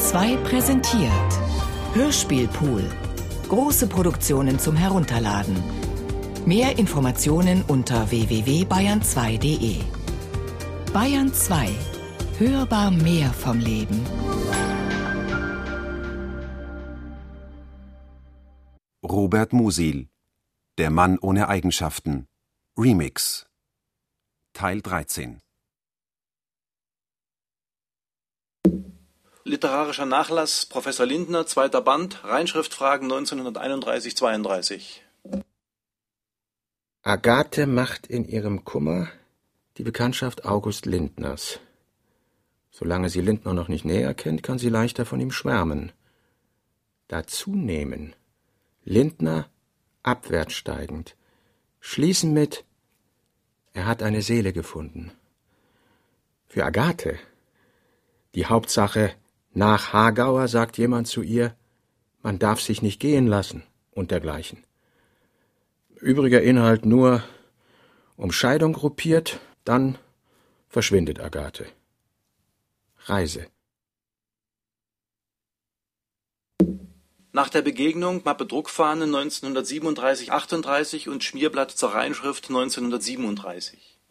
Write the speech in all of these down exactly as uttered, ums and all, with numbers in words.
zwei präsentiert Hörspielpool. Große Produktionen zum Herunterladen. Mehr Informationen unter w w w punkt bayern zwei punkt d e. Bayern zwei. Hörbar mehr vom Leben. Robert Musil. Der Mann ohne Eigenschaften. Remix. Teil dreizehn. Literarischer Nachlass Professor Lindner, zweiter Band, Reinschriftfragen neunzehnhunderteinunddreißig zweiunddreißig. Agathe macht in ihrem Kummer die Bekanntschaft August Lindners. Solange sie Lindner noch nicht näher kennt, kann sie leichter von ihm schwärmen. Dazu nehmen. Lindner abwärts steigend. Schließen mit: Er hat eine Seele gefunden. Für Agathe die Hauptsache: Nach Hagauer sagt jemand zu ihr, man darf sich nicht gehen lassen und dergleichen. Übriger Inhalt nur: um Scheidung gruppiert, dann verschwindet Agathe. Reise. Nach der Begegnung Mappe Druckfahne neunzehnhundertsiebenunddreißig achtunddreißig und Schmierblatt zur Reinschrift neunzehnhundertsiebenunddreißig.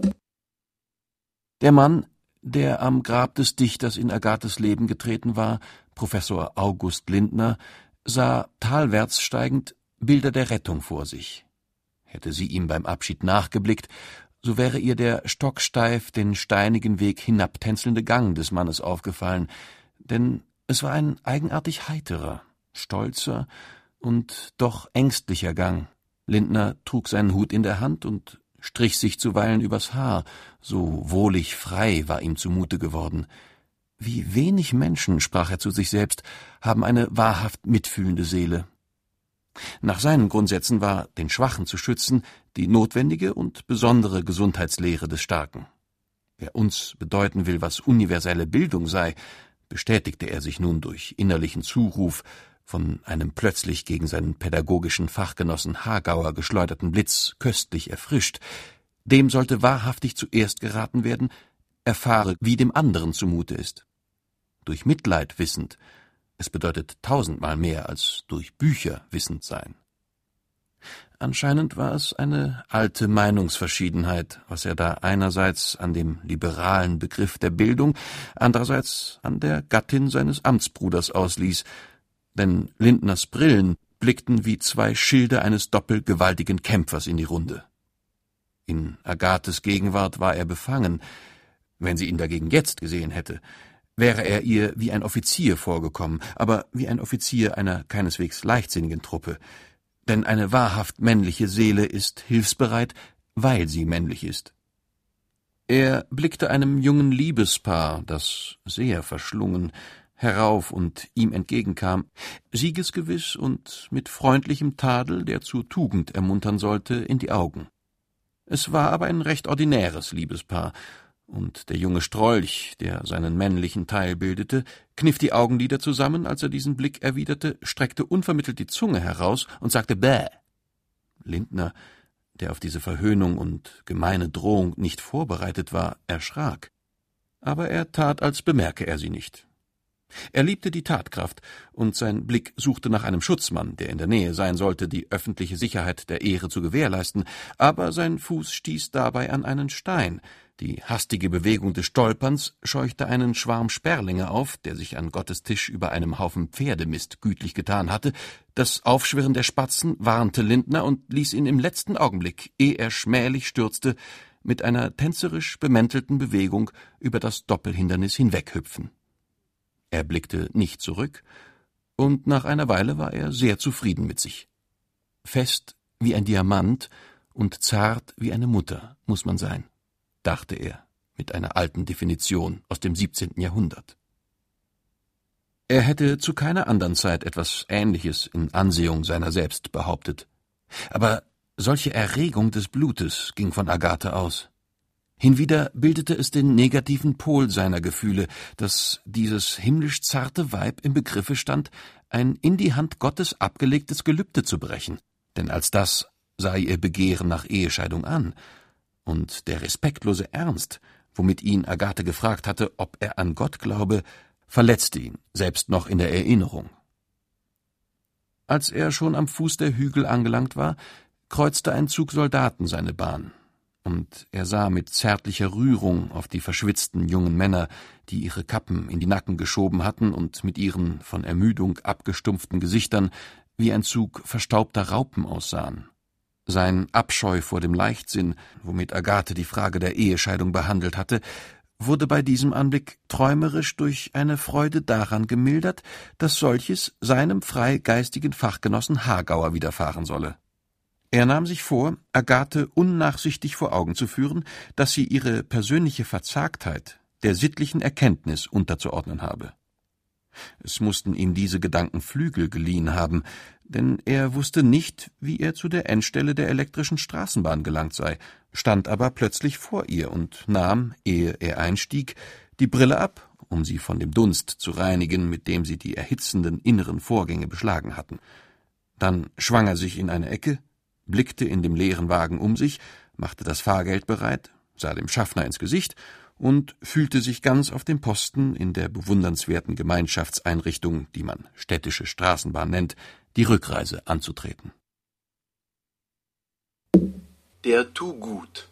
Der Mann, der am Grab des Dichters in Agathes Leben getreten war, Professor August Lindner, sah talwärts steigend Bilder der Rettung vor sich. Hätte sie ihm beim Abschied nachgeblickt, so wäre ihr der stocksteif den steinigen Weg hinabtänzelnde Gang des Mannes aufgefallen, denn es war ein eigenartig heiterer, stolzer und doch ängstlicher Gang. Lindner trug seinen Hut in der Hand und strich sich zuweilen übers Haar, so wohlig frei war ihm zumute geworden. Wie wenig Menschen, sprach er zu sich selbst, haben eine wahrhaft mitfühlende Seele. Nach seinen Grundsätzen war, den Schwachen zu schützen, die notwendige und besondere Gesundheitslehre des Starken. Wer uns bedeuten will, was universelle Bildung sei, bestätigte er sich nun durch innerlichen Zuruf, von einem plötzlich gegen seinen pädagogischen Fachgenossen Hagauer geschleuderten Blitz köstlich erfrischt, dem sollte wahrhaftig zuerst geraten werden, erfahre, wie dem anderen zumute ist. Durch Mitleid wissend, es bedeutet tausendmal mehr als durch Bücher wissend sein. Anscheinend war es eine alte Meinungsverschiedenheit, was er da einerseits an dem liberalen Begriff der Bildung, andererseits an der Gattin seines Amtsbruders ausließ, denn Lindners Brillen blickten wie zwei Schilde eines doppelgewaltigen Kämpfers in die Runde. In Agathes Gegenwart war er befangen. Wenn sie ihn dagegen jetzt gesehen hätte, wäre er ihr wie ein Offizier vorgekommen, aber wie ein Offizier einer keineswegs leichtsinnigen Truppe. Denn eine wahrhaft männliche Seele ist hilfsbereit, weil sie männlich ist. Er blickte einem jungen Liebespaar, das sehr verschlungen, herauf und ihm entgegenkam, siegesgewiss und mit freundlichem Tadel, der zur Tugend ermuntern sollte, in die Augen. Es war aber ein recht ordinäres Liebespaar, und der junge Strolch, der seinen männlichen Teil bildete, kniff die Augenlider zusammen, als er diesen Blick erwiderte, streckte unvermittelt die Zunge heraus und sagte »Bäh«. Lindner, der auf diese Verhöhnung und gemeine Drohung nicht vorbereitet war, erschrak. Aber er tat, als bemerke er sie nicht. Er liebte die Tatkraft, und sein Blick suchte nach einem Schutzmann, der in der Nähe sein sollte, die öffentliche Sicherheit der Ehre zu gewährleisten, aber sein Fuß stieß dabei an einen Stein. Die hastige Bewegung des Stolperns scheuchte einen Schwarm Sperlinge auf, der sich an Gottes Tisch über einem Haufen Pferdemist gütlich getan hatte. Das Aufschwirren der Spatzen warnte Lindner und ließ ihn im letzten Augenblick, ehe er schmählich stürzte, mit einer tänzerisch bemäntelten Bewegung über das Doppelhindernis hinweghüpfen. Er blickte nicht zurück, und nach einer Weile war er sehr zufrieden mit sich. Fest wie ein Diamant und zart wie eine Mutter muss man sein, dachte er mit einer alten Definition aus dem siebzehnten Jahrhundert. Er hätte zu keiner anderen Zeit etwas Ähnliches in Ansehung seiner selbst behauptet. Aber solche Erregung des Blutes ging von Agathe aus. Hinwieder bildete es den negativen Pol seiner Gefühle, dass dieses himmlisch zarte Weib im Begriffe stand, ein in die Hand Gottes abgelegtes Gelübde zu brechen, denn als das sei ihr Begehren nach Ehescheidung an, und der respektlose Ernst, womit ihn Agathe gefragt hatte, ob er an Gott glaube, verletzte ihn, selbst noch in der Erinnerung. Als er schon am Fuß der Hügel angelangt war, kreuzte ein Zug Soldaten seine Bahn, und er sah mit zärtlicher Rührung auf die verschwitzten jungen Männer, die ihre Kappen in die Nacken geschoben hatten und mit ihren von Ermüdung abgestumpften Gesichtern wie ein Zug verstaubter Raupen aussahen. Sein Abscheu vor dem Leichtsinn, womit Agathe die Frage der Ehescheidung behandelt hatte, wurde bei diesem Anblick träumerisch durch eine Freude daran gemildert, dass solches seinem freigeistigen Fachgenossen Hagauer widerfahren solle. Er nahm sich vor, Agathe unnachsichtig vor Augen zu führen, dass sie ihre persönliche Verzagtheit der sittlichen Erkenntnis unterzuordnen habe. Es mussten ihm diese Gedanken Flügel geliehen haben, denn er wusste nicht, wie er zu der Endstelle der elektrischen Straßenbahn gelangt sei, stand aber plötzlich vor ihr und nahm, ehe er einstieg, die Brille ab, um sie von dem Dunst zu reinigen, mit dem sie die erhitzenden inneren Vorgänge beschlagen hatten. Dann schwang er sich in eine Ecke, blickte in dem leeren Wagen um sich, machte das Fahrgeld bereit, sah dem Schaffner ins Gesicht und fühlte sich ganz auf dem Posten in der bewundernswerten Gemeinschaftseinrichtung, die man städtische Straßenbahn nennt, die Rückreise anzutreten. Der Tu-Gut.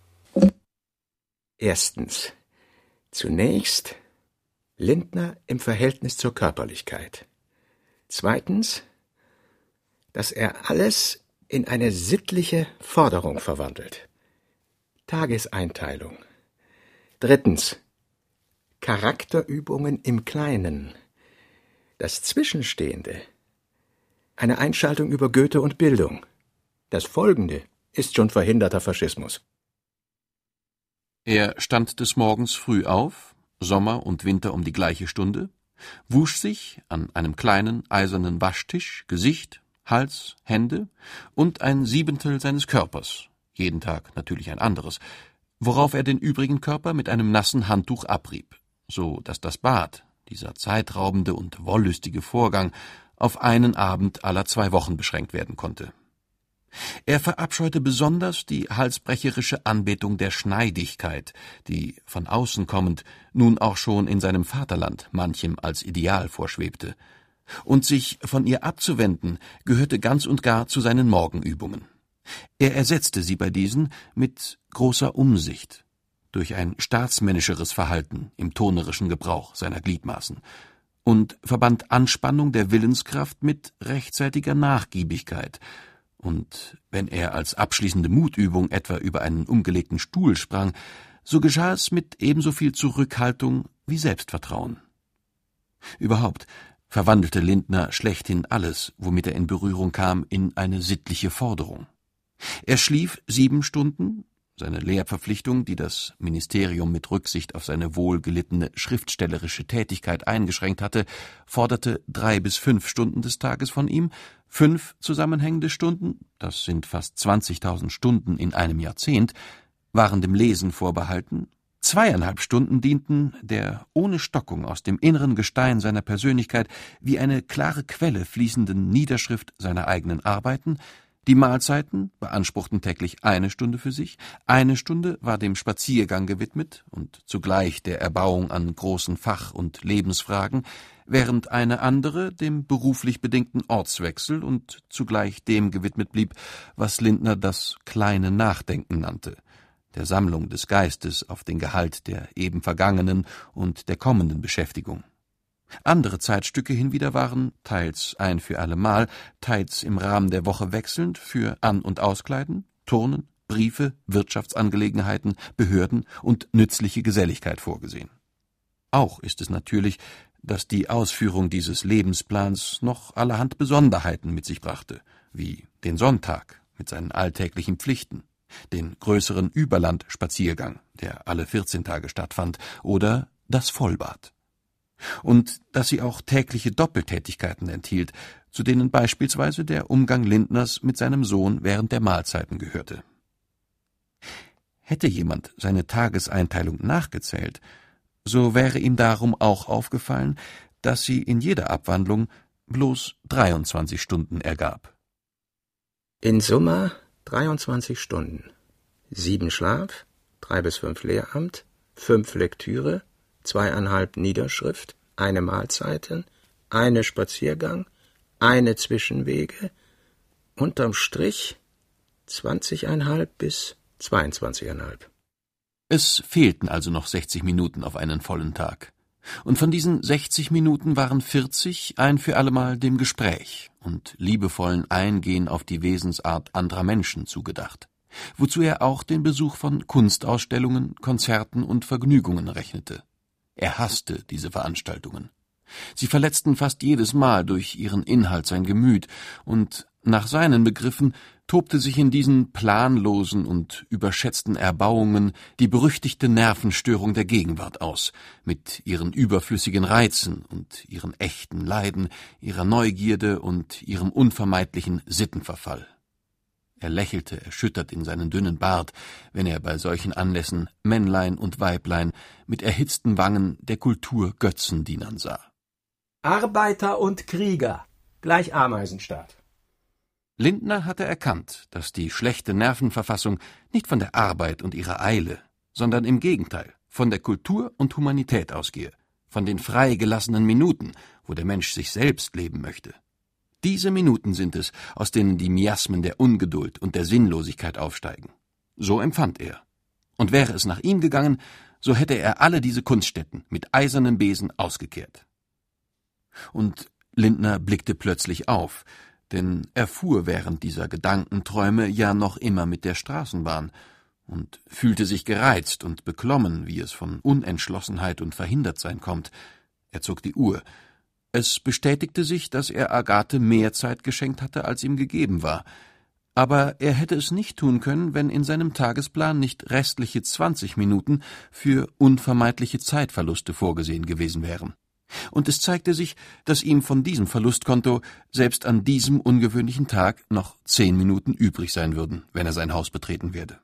Erstens. Zunächst Lindner im Verhältnis zur Körperlichkeit. Zweitens, dass er alles in eine sittliche Forderung verwandelt. Tageseinteilung. Drittens. Charakterübungen im Kleinen. Das Zwischenstehende. Eine Einschaltung über Goethe und Bildung. Das Folgende ist schon verhinderter Faschismus. Er stand des Morgens früh auf, Sommer und Winter um die gleiche Stunde, wusch sich an einem kleinen eisernen Waschtisch Gesicht, Hals, Hände und ein Siebentel seines Körpers, jeden Tag natürlich ein anderes, worauf er den übrigen Körper mit einem nassen Handtuch abrieb, so dass das Bad, dieser zeitraubende und wollüstige Vorgang, auf einen Abend aller zwei Wochen beschränkt werden konnte. Er verabscheute besonders die halsbrecherische Anbetung der Schneidigkeit, die, von außen kommend, nun auch schon in seinem Vaterland manchem als Ideal vorschwebte. Und sich von ihr abzuwenden, gehörte ganz und gar zu seinen Morgenübungen. Er ersetzte sie bei diesen mit großer Umsicht, durch ein staatsmännischeres Verhalten im tonerischen Gebrauch seiner Gliedmaßen, und verband Anspannung der Willenskraft mit rechtzeitiger Nachgiebigkeit. Und wenn er als abschließende Mutübung etwa über einen umgelegten Stuhl sprang, so geschah es mit ebenso viel Zurückhaltung wie Selbstvertrauen. Überhaupt verwandelte Lindner schlechthin alles, womit er in Berührung kam, in eine sittliche Forderung. Er schlief sieben Stunden, seine Lehrverpflichtung, die das Ministerium mit Rücksicht auf seine wohlgelittene schriftstellerische Tätigkeit eingeschränkt hatte, forderte drei bis fünf Stunden des Tages von ihm, fünf zusammenhängende Stunden, das sind fast zwanzigtausend Stunden in einem Jahrzehnt, waren dem Lesen vorbehalten, zweieinhalb Stunden dienten der ohne Stockung aus dem inneren Gestein seiner Persönlichkeit wie eine klare Quelle fließenden Niederschrift seiner eigenen Arbeiten. Die Mahlzeiten beanspruchten täglich eine Stunde für sich, eine Stunde war dem Spaziergang gewidmet und zugleich der Erbauung an großen Fach- und Lebensfragen, während eine andere dem beruflich bedingten Ortswechsel und zugleich dem gewidmet blieb, was Lindner das kleine Nachdenken nannte, der Sammlung des Geistes auf den Gehalt der eben vergangenen und der kommenden Beschäftigung. Andere Zeitstücke hinwieder waren, teils ein für allemal, teils im Rahmen der Woche wechselnd, für An- und Auskleiden, Turnen, Briefe, Wirtschaftsangelegenheiten, Behörden und nützliche Geselligkeit vorgesehen. Auch ist es natürlich, dass die Ausführung dieses Lebensplans noch allerhand Besonderheiten mit sich brachte, wie den Sonntag mit seinen alltäglichen Pflichten, den größeren Überlandspaziergang, der alle vierzehn Tage stattfand, oder das Vollbad. Und dass sie auch tägliche Doppeltätigkeiten enthielt, zu denen beispielsweise der Umgang Lindners mit seinem Sohn während der Mahlzeiten gehörte. Hätte jemand seine Tageseinteilung nachgezählt, so wäre ihm darum auch aufgefallen, dass sie in jeder Abwandlung bloß dreiundzwanzig Stunden ergab. In Summe dreiundzwanzig Stunden. Sieben Schlaf, drei bis fünf Lehramt, fünf Lektüre, zweieinhalb Niederschrift, eine Mahlzeiten, eine Spaziergang, eine Zwischenwege, unterm Strich zwanzigeinhalb bis zweiundzwanzigeinhalb. Es fehlten also noch sechzig Minuten auf einen vollen Tag. Und von diesen sechzig Minuten waren vierzig ein für allemal dem Gespräch und liebevollen Eingehen auf die Wesensart anderer Menschen zugedacht, wozu er auch den Besuch von Kunstausstellungen, Konzerten und Vergnügungen rechnete. Er hasste diese Veranstaltungen. Sie verletzten fast jedes Mal durch ihren Inhalt sein Gemüt, und nach seinen Begriffen tobte sich in diesen planlosen und überschätzten Erbauungen die berüchtigte Nervenstörung der Gegenwart aus, mit ihren überflüssigen Reizen und ihren echten Leiden, ihrer Neugierde und ihrem unvermeidlichen Sittenverfall. Er lächelte erschüttert in seinen dünnen Bart, wenn er bei solchen Anlässen Männlein und Weiblein mit erhitzten Wangen der Kultur Götzendienern sah. Arbeiter und Krieger, gleich Ameisenstaat. Lindner hatte erkannt, dass die schlechte Nervenverfassung nicht von der Arbeit und ihrer Eile, sondern im Gegenteil von der Kultur und Humanität ausgehe, von den freigelassenen Minuten, wo der Mensch sich selbst leben möchte. Diese Minuten sind es, aus denen die Miasmen der Ungeduld und der Sinnlosigkeit aufsteigen. So empfand er. Und wäre es nach ihm gegangen, so hätte er alle diese Kunststätten mit eisernem Besen ausgekehrt. Und Lindner blickte plötzlich auf, denn er fuhr während dieser Gedankenträume ja noch immer mit der Straßenbahn und fühlte sich gereizt und beklommen, wie es von Unentschlossenheit und Verhindertsein kommt. Er zog die Uhr. Es bestätigte sich, dass er Agathe mehr Zeit geschenkt hatte, als ihm gegeben war. Aber er hätte es nicht tun können, wenn in seinem Tagesplan nicht restliche zwanzig Minuten für unvermeidliche Zeitverluste vorgesehen gewesen wären. Und es zeigte sich, dass ihm von diesem Verlustkonto selbst an diesem ungewöhnlichen Tag noch zehn Minuten übrig sein würden, wenn er sein Haus betreten werde.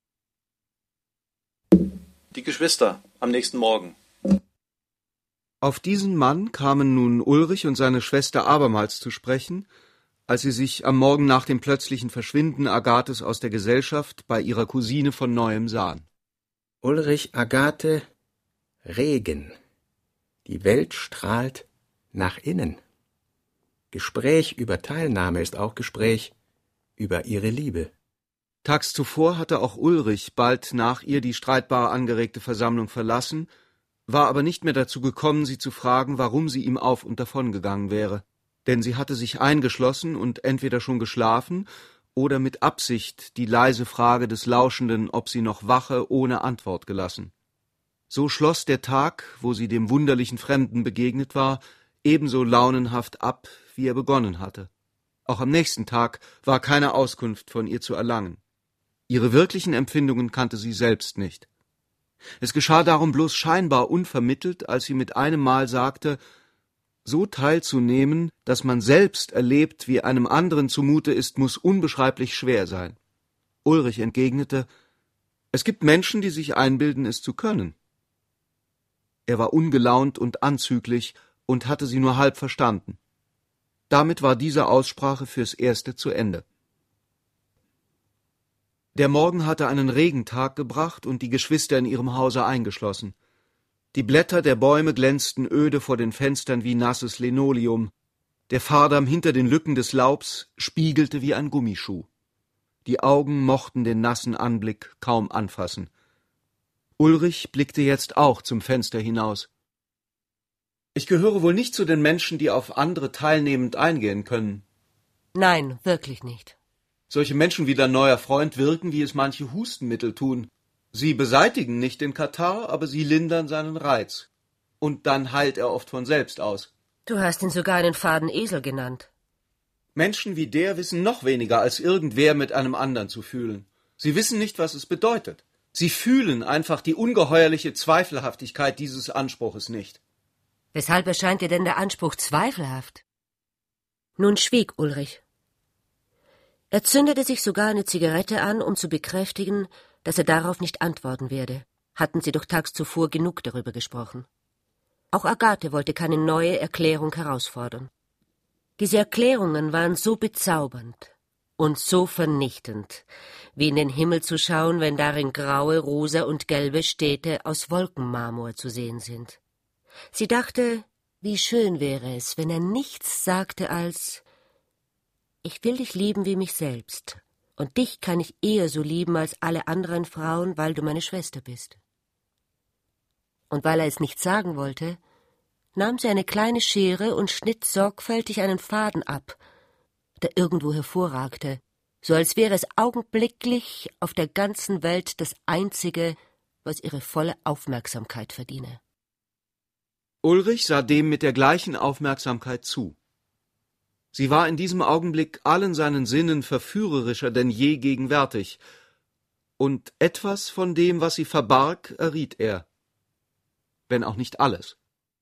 Die Geschwister am nächsten Morgen. Auf diesen Mann kamen nun Ulrich und seine Schwester abermals zu sprechen, als sie sich am Morgen nach dem plötzlichen Verschwinden Agathes aus der Gesellschaft bei ihrer Cousine von neuem sahen. Ulrich, Agathe, Regen. Die Welt strahlt nach innen. Gespräch über Teilnahme ist auch Gespräch über ihre Liebe. Tags zuvor hatte auch Ulrich bald nach ihr die streitbar angeregte Versammlung verlassen, war aber nicht mehr dazu gekommen, sie zu fragen, warum sie ihm auf und davon gegangen wäre. Denn sie hatte sich eingeschlossen und entweder schon geschlafen oder mit Absicht die leise Frage des Lauschenden, ob sie noch wache, ohne Antwort gelassen. So schloss der Tag, wo sie dem wunderlichen Fremden begegnet war, ebenso launenhaft ab, wie er begonnen hatte. Auch am nächsten Tag war keine Auskunft von ihr zu erlangen. Ihre wirklichen Empfindungen kannte sie selbst nicht. Es geschah darum bloß scheinbar unvermittelt, als sie mit einem Mal sagte, so teilzunehmen, dass man selbst erlebt, wie einem anderen zumute ist, muss unbeschreiblich schwer sein. Ulrich entgegnete, es gibt Menschen, die sich einbilden, es zu können. Er war ungelaunt und anzüglich und hatte sie nur halb verstanden. Damit war diese Aussprache fürs Erste zu Ende. Der Morgen hatte einen Regentag gebracht und die Geschwister in ihrem Hause eingeschlossen. Die Blätter der Bäume glänzten öde vor den Fenstern wie nasses Linoleum. Der Fahrdamm hinter den Lücken des Laubs spiegelte wie ein Gummischuh. Die Augen mochten den nassen Anblick kaum anfassen. Ulrich blickte jetzt auch zum Fenster hinaus. »Ich gehöre wohl nicht zu den Menschen, die auf andere teilnehmend eingehen können.« »Nein, wirklich nicht.« »Solche Menschen wie dein neuer Freund wirken, wie es manche Hustenmittel tun. Sie beseitigen nicht den Katarrh, aber sie lindern seinen Reiz. Und dann heilt er oft von selbst aus.« »Du hast ihn sogar einen faden Esel genannt.« »Menschen wie der wissen noch weniger, als irgendwer mit einem anderen zu fühlen. Sie wissen nicht, was es bedeutet. Sie fühlen einfach die ungeheuerliche Zweifelhaftigkeit dieses Anspruches nicht.« »Weshalb erscheint dir denn der Anspruch zweifelhaft?« Nun schwieg Ulrich. Er zündete sich sogar eine Zigarette an, um zu bekräftigen, dass er darauf nicht antworten werde. Hatten sie doch tags zuvor genug darüber gesprochen. Auch Agathe wollte keine neue Erklärung herausfordern. Diese Erklärungen waren so bezaubernd und so vernichtend, wie in den Himmel zu schauen, wenn darin graue, rosa und gelbe Städte aus Wolkenmarmor zu sehen sind. Sie dachte, Wie schön wäre es, wenn er nichts sagte als »Ich will dich lieben wie mich selbst, und dich kann ich eher so lieben als alle anderen Frauen, weil du meine Schwester bist.« Und weil er es nicht sagen wollte, nahm sie eine kleine Schere und schnitt sorgfältig einen Faden ab, der irgendwo hervorragte, so als wäre es augenblicklich auf der ganzen Welt das Einzige, was ihre volle Aufmerksamkeit verdiene. Ulrich sah dem mit der gleichen Aufmerksamkeit zu. Sie war in diesem Augenblick allen seinen Sinnen verführerischer denn je gegenwärtig, und etwas von dem, was sie verbarg, erriet er, wenn auch nicht alles.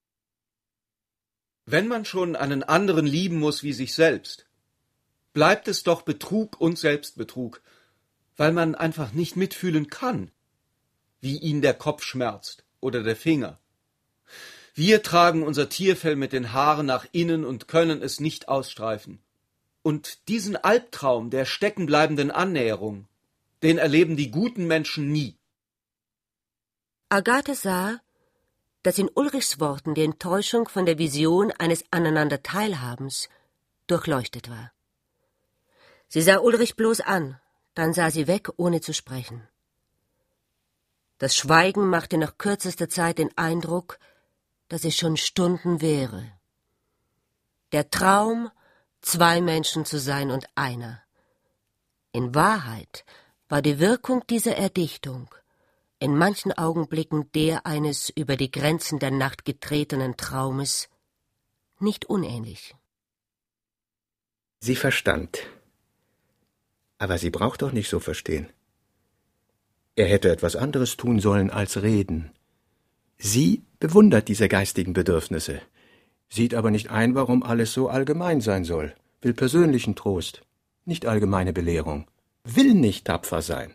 Wenn man schon einen anderen lieben muss wie sich selbst, bleibt es doch Betrug und Selbstbetrug, weil man einfach nicht mitfühlen kann, wie ihn der Kopf schmerzt oder der Finger. Wir tragen unser Tierfell mit den Haaren nach innen und können es nicht ausstreifen. Und diesen Albtraum der steckenbleibenden Annäherung, den erleben die guten Menschen nie. Agathe sah, dass in Ulrichs Worten die Enttäuschung von der Vision eines Aneinander-Teilhabens durchleuchtet war. Sie sah Ulrich bloß an, dann sah sie weg, ohne zu sprechen. Das Schweigen machte nach kürzester Zeit den Eindruck, dass es schon Stunden wäre. Der Traum, zwei Menschen zu sein und einer. In Wahrheit war die Wirkung dieser Erdichtung in manchen Augenblicken der eines über die Grenzen der Nacht getretenen Traumes nicht unähnlich. Sie verstand. Aber sie braucht doch nicht so verstehen. Er hätte etwas anderes tun sollen als reden. Sie bewundert diese geistigen Bedürfnisse, sieht aber nicht ein, warum alles so allgemein sein soll, will persönlichen Trost, nicht allgemeine Belehrung, will nicht tapfer sein.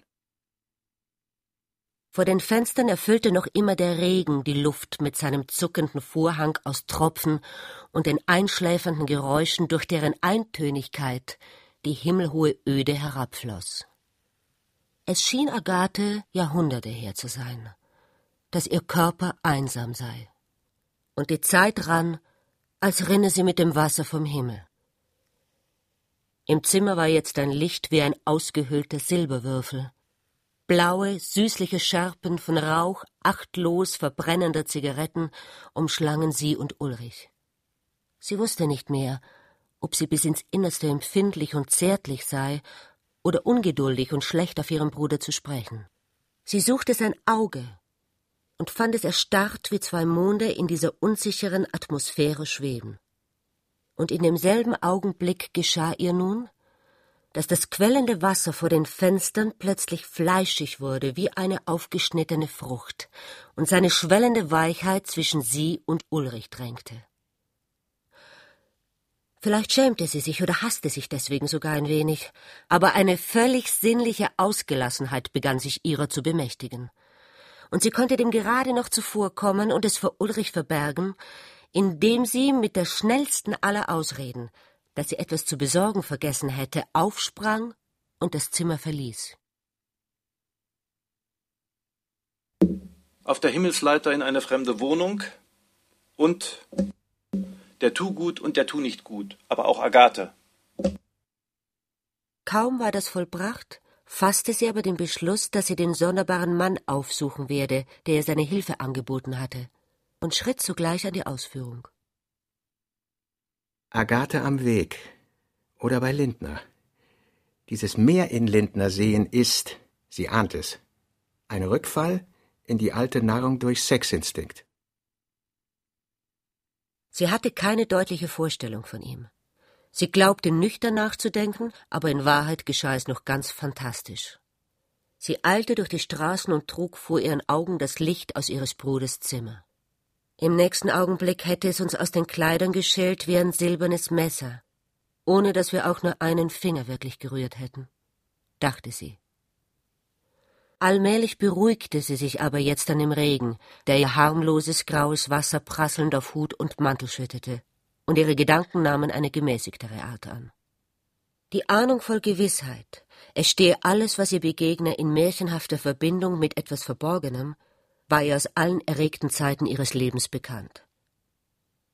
Vor den Fenstern erfüllte noch immer der Regen die Luft mit seinem zuckenden Vorhang aus Tropfen und den einschläfernden Geräuschen, durch deren Eintönigkeit die himmelhohe Öde herabfloss. Es schien Agathe Jahrhunderte her zu sein, dass ihr Körper einsam sei. Und die Zeit rann, als rinne sie mit dem Wasser vom Himmel. Im Zimmer war jetzt ein Licht wie ein ausgehöhlter Silberwürfel. Blaue, süßliche Schärpen von Rauch achtlos verbrennender Zigaretten umschlangen sie und Ulrich. Sie wusste nicht mehr, ob sie bis ins Innerste empfindlich und zärtlich sei oder ungeduldig und schlecht auf ihren Bruder zu sprechen. Sie suchte sein Auge und fand es erstarrt wie zwei Monde in dieser unsicheren Atmosphäre schweben. Und in demselben Augenblick geschah ihr nun, dass das quellende Wasser vor den Fenstern plötzlich fleischig wurde wie eine aufgeschnittene Frucht und seine schwellende Weichheit zwischen sie und Ulrich drängte. Vielleicht schämte sie sich oder hasste sich deswegen sogar ein wenig, aber eine völlig sinnliche Ausgelassenheit begann sich ihrer zu bemächtigen. Und sie konnte dem gerade noch zuvorkommen und es vor Ulrich verbergen, indem sie mit der schnellsten aller Ausreden, dass sie etwas zu besorgen vergessen hätte, aufsprang und das Zimmer verließ. Auf der Himmelsleiter in eine fremde Wohnung und der Tu gut und der Tu nicht gut, aber auch Agathe. Kaum war das vollbracht, fasste sie aber den Beschluss, dass sie den sonderbaren Mann aufsuchen werde, der ihr seine Hilfe angeboten hatte, und schritt sogleich an die Ausführung. Agathe am Weg oder bei Lindner. Dieses Mehr in Lindner sehen ist, sie ahnt es, ein Rückfall in die alte Nahrung durch Sexinstinkt. Sie hatte keine deutliche Vorstellung von ihm. Sie glaubte nüchtern nachzudenken, aber in Wahrheit geschah es noch ganz fantastisch. Sie eilte durch die Straßen und trug vor ihren Augen das Licht aus ihres Bruders Zimmer. Im nächsten Augenblick hätte es uns aus den Kleidern geschält wie ein silbernes Messer, ohne dass wir auch nur einen Finger wirklich gerührt hätten, dachte sie. Allmählich beruhigte sie sich aber jetzt an dem Regen, der ihr harmloses graues Wasser prasselnd auf Hut und Mantel schüttete, und ihre Gedanken nahmen eine gemäßigtere Art an. Die Ahnung voll Gewissheit, es stehe alles, was ihr begegne, in märchenhafter Verbindung mit etwas Verborgenem, war ihr aus allen erregten Zeiten ihres Lebens bekannt.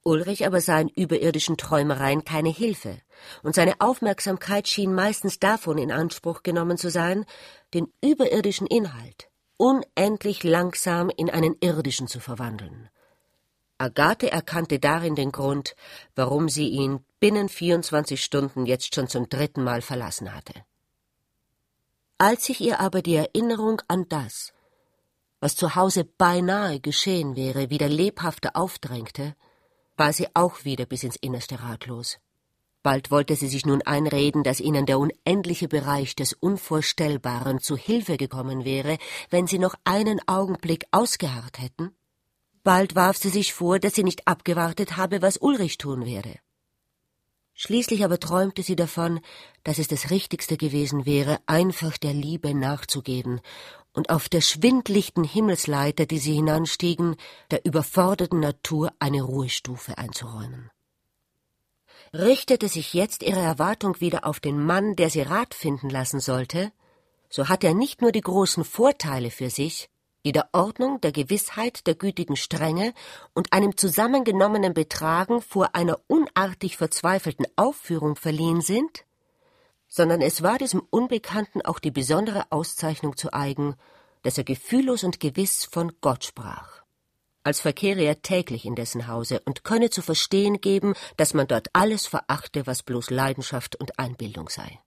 Ulrich aber sah in überirdischen Träumereien keine Hilfe, und seine Aufmerksamkeit schien meistens davon in Anspruch genommen zu sein, den überirdischen Inhalt unendlich langsam in einen irdischen zu verwandeln. Agathe erkannte darin den Grund, warum sie ihn binnen vierundzwanzig Stunden jetzt schon zum dritten Mal verlassen hatte. Als sich ihr aber die Erinnerung an das, was zu Hause beinahe geschehen wäre, wieder lebhafter aufdrängte, war sie auch wieder bis ins Innerste ratlos. Bald wollte sie sich nun einreden, dass ihnen der unendliche Bereich des Unvorstellbaren zu Hilfe gekommen wäre, wenn sie noch einen Augenblick ausgeharrt hätten. Bald warf sie sich vor, dass sie nicht abgewartet habe, was Ulrich tun werde. Schließlich aber träumte sie davon, dass es das Richtigste gewesen wäre, einfach der Liebe nachzugeben und auf der schwindlichten Himmelsleiter, die sie hinanstiegen, der überforderten Natur eine Ruhestufe einzuräumen. Richtete sich jetzt ihre Erwartung wieder auf den Mann, der sie Rat finden lassen sollte, so hatte er nicht nur die großen Vorteile für sich, die der Ordnung, der Gewissheit, der gütigen Strenge und einem zusammengenommenen Betragen vor einer unartig verzweifelten Aufführung verliehen sind, sondern es war diesem Unbekannten auch die besondere Auszeichnung zu eigen, dass er gefühllos und gewiss von Gott sprach. Als verkehre er täglich in dessen Hause und könne zu verstehen geben, dass man dort alles verachte, was bloß Leidenschaft und Einbildung sei.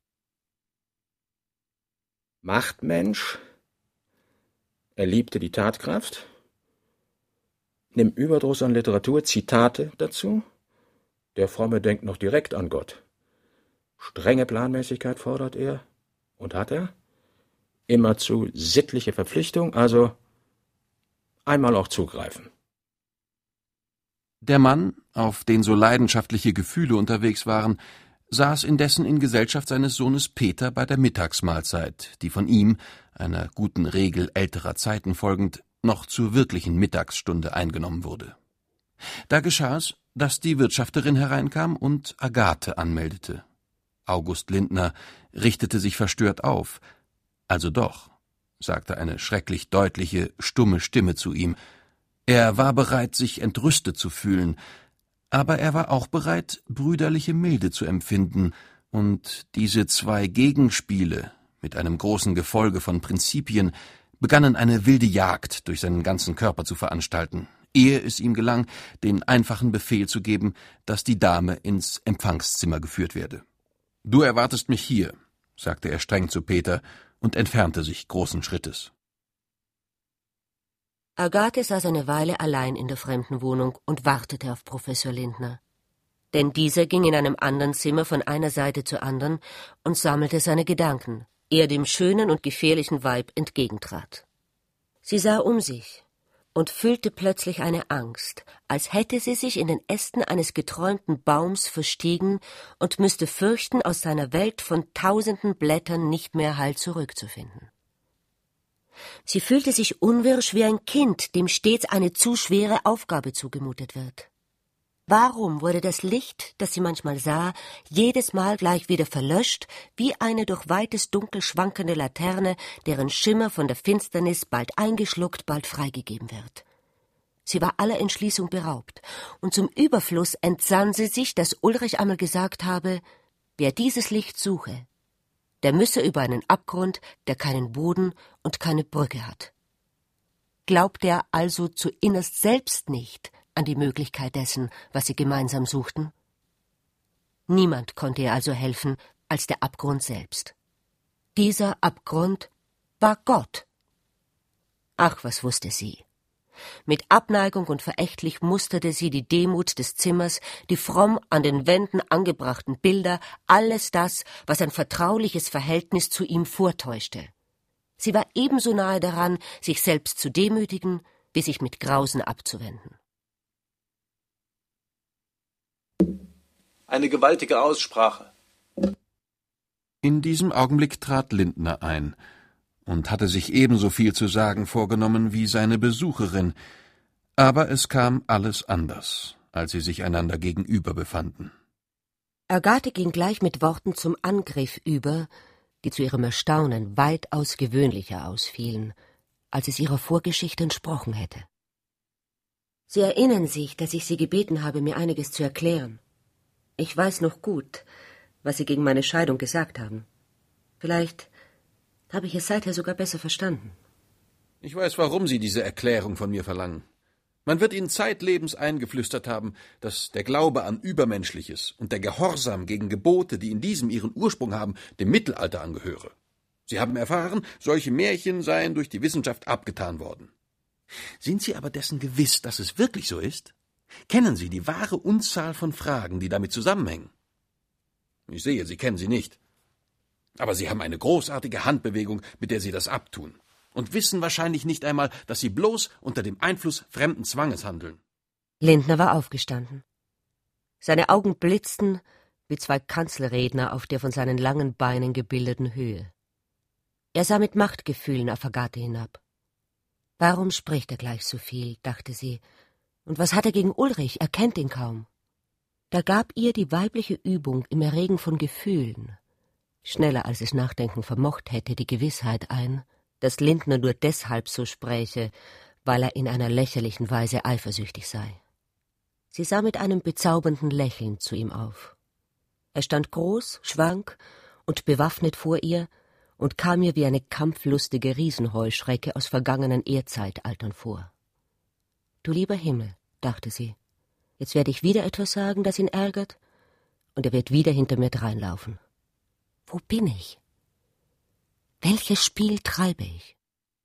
Machtmensch, er liebte die Tatkraft, nimm Überdruss an Literatur, Zitate dazu, der Fromme denkt noch direkt an Gott. Strenge Planmäßigkeit fordert er, und hat er, immerzu sittliche Verpflichtung, also einmal auch zugreifen. Der Mann, auf den so leidenschaftliche Gefühle unterwegs waren, saß indessen in Gesellschaft seines Sohnes Peter bei der Mittagsmahlzeit, die von ihm, einer guten Regel älterer Zeiten folgend, noch zur wirklichen Mittagsstunde eingenommen wurde. Da geschah es, dass die Wirtschafterin hereinkam und Agathe anmeldete. August Lindner richtete sich verstört auf. »Also doch«, sagte eine schrecklich deutliche, stumme Stimme zu ihm. Er war bereit, sich entrüstet zu fühlen, aber er war auch bereit, brüderliche Milde zu empfinden, und diese zwei Gegenspiele mit einem großen Gefolge von Prinzipien begannen eine wilde Jagd durch seinen ganzen Körper zu veranstalten, ehe es ihm gelang, den einfachen Befehl zu geben, dass die Dame ins Empfangszimmer geführt werde. »Du erwartest mich hier«, sagte er streng zu Peter und entfernte sich großen Schrittes. Agathe saß eine Weile allein in der fremden Wohnung und wartete auf Professor Lindner. Denn dieser ging in einem anderen Zimmer von einer Seite zur anderen und sammelte seine Gedanken, ehe er dem schönen und gefährlichen Weib entgegentrat. Sie sah um sich und fühlte plötzlich eine Angst, als hätte sie sich in den Ästen eines geträumten Baums verstiegen und müsste fürchten, aus seiner Welt von tausenden Blättern nicht mehr heil zurückzufinden. Sie fühlte sich unwirsch wie ein Kind, dem stets eine zu schwere Aufgabe zugemutet wird. Warum wurde das Licht, das sie manchmal sah, jedes Mal gleich wieder verlöscht, wie eine durch weites Dunkel schwankende Laterne, deren Schimmer von der Finsternis bald eingeschluckt, bald freigegeben wird? Sie war aller Entschließung beraubt, und zum Überfluss entsann sie sich, dass Ulrich einmal gesagt habe, wer dieses Licht suche, der müsse über einen Abgrund, der keinen Boden und keine Brücke hat. Glaubte er also zu innerst selbst nicht an die Möglichkeit dessen, was sie gemeinsam suchten? Niemand konnte ihr also helfen als der Abgrund selbst. Dieser Abgrund war Gott. Ach, was wusste sie? Mit Abneigung und verächtlich musterte sie die Demut des Zimmers, die fromm an den Wänden angebrachten Bilder, alles das, was ein vertrauliches Verhältnis zu ihm vortäuschte. Sie war ebenso nahe daran, sich selbst zu demütigen, wie sich mit Grausen abzuwenden. Eine gewaltige Aussprache. In diesem Augenblick trat Lindner ein und hatte sich ebenso viel zu sagen vorgenommen wie seine Besucherin, aber es kam alles anders, als sie sich einander gegenüber befanden. Agathe ging gleich mit Worten zum Angriff über, die zu ihrem Erstaunen weitaus gewöhnlicher ausfielen, als es ihrer Vorgeschichte entsprochen hätte. Sie erinnern sich, dass ich Sie gebeten habe, mir einiges zu erklären. Ich weiß noch gut, was Sie gegen meine Scheidung gesagt haben. Vielleicht habe ich es seither sogar besser verstanden. Ich weiß, warum Sie diese Erklärung von mir verlangen. Man wird Ihnen zeitlebens eingeflüstert haben, dass der Glaube an Übermenschliches und der Gehorsam gegen Gebote, die in diesem ihren Ursprung haben, dem Mittelalter angehöre. Sie haben erfahren, solche Märchen seien durch die Wissenschaft abgetan worden. Sind Sie aber dessen gewiss, dass es wirklich so ist? Kennen Sie die wahre Unzahl von Fragen, die damit zusammenhängen? Ich sehe, Sie kennen sie nicht. Aber Sie haben eine großartige Handbewegung, mit der Sie das abtun, und wissen wahrscheinlich nicht einmal, dass Sie bloß unter dem Einfluss fremden Zwanges handeln. Lindner war aufgestanden. Seine Augen blitzten wie zwei Kanzelredner auf der von seinen langen Beinen gebildeten Höhe. Er sah mit Machtgefühlen auf Agathe hinab. Warum spricht er gleich so viel, dachte sie, und was hat er gegen Ulrich, er kennt ihn kaum. Da gab ihr die weibliche Übung im Erregen von Gefühlen, schneller als es Nachdenken vermocht hätte, die Gewissheit ein, dass Lindner nur deshalb so spräche, weil er in einer lächerlichen Weise eifersüchtig sei. Sie sah mit einem bezaubernden Lächeln zu ihm auf. Er stand groß, schwank und bewaffnet vor ihr und kam ihr wie eine kampflustige Riesenheuschrecke aus vergangenen Erdzeitaltern vor. »Du lieber Himmel«, dachte sie, »jetzt werde ich wieder etwas sagen, das ihn ärgert, und er wird wieder hinter mir dreinlaufen. Wo bin ich? Welches Spiel treibe ich?«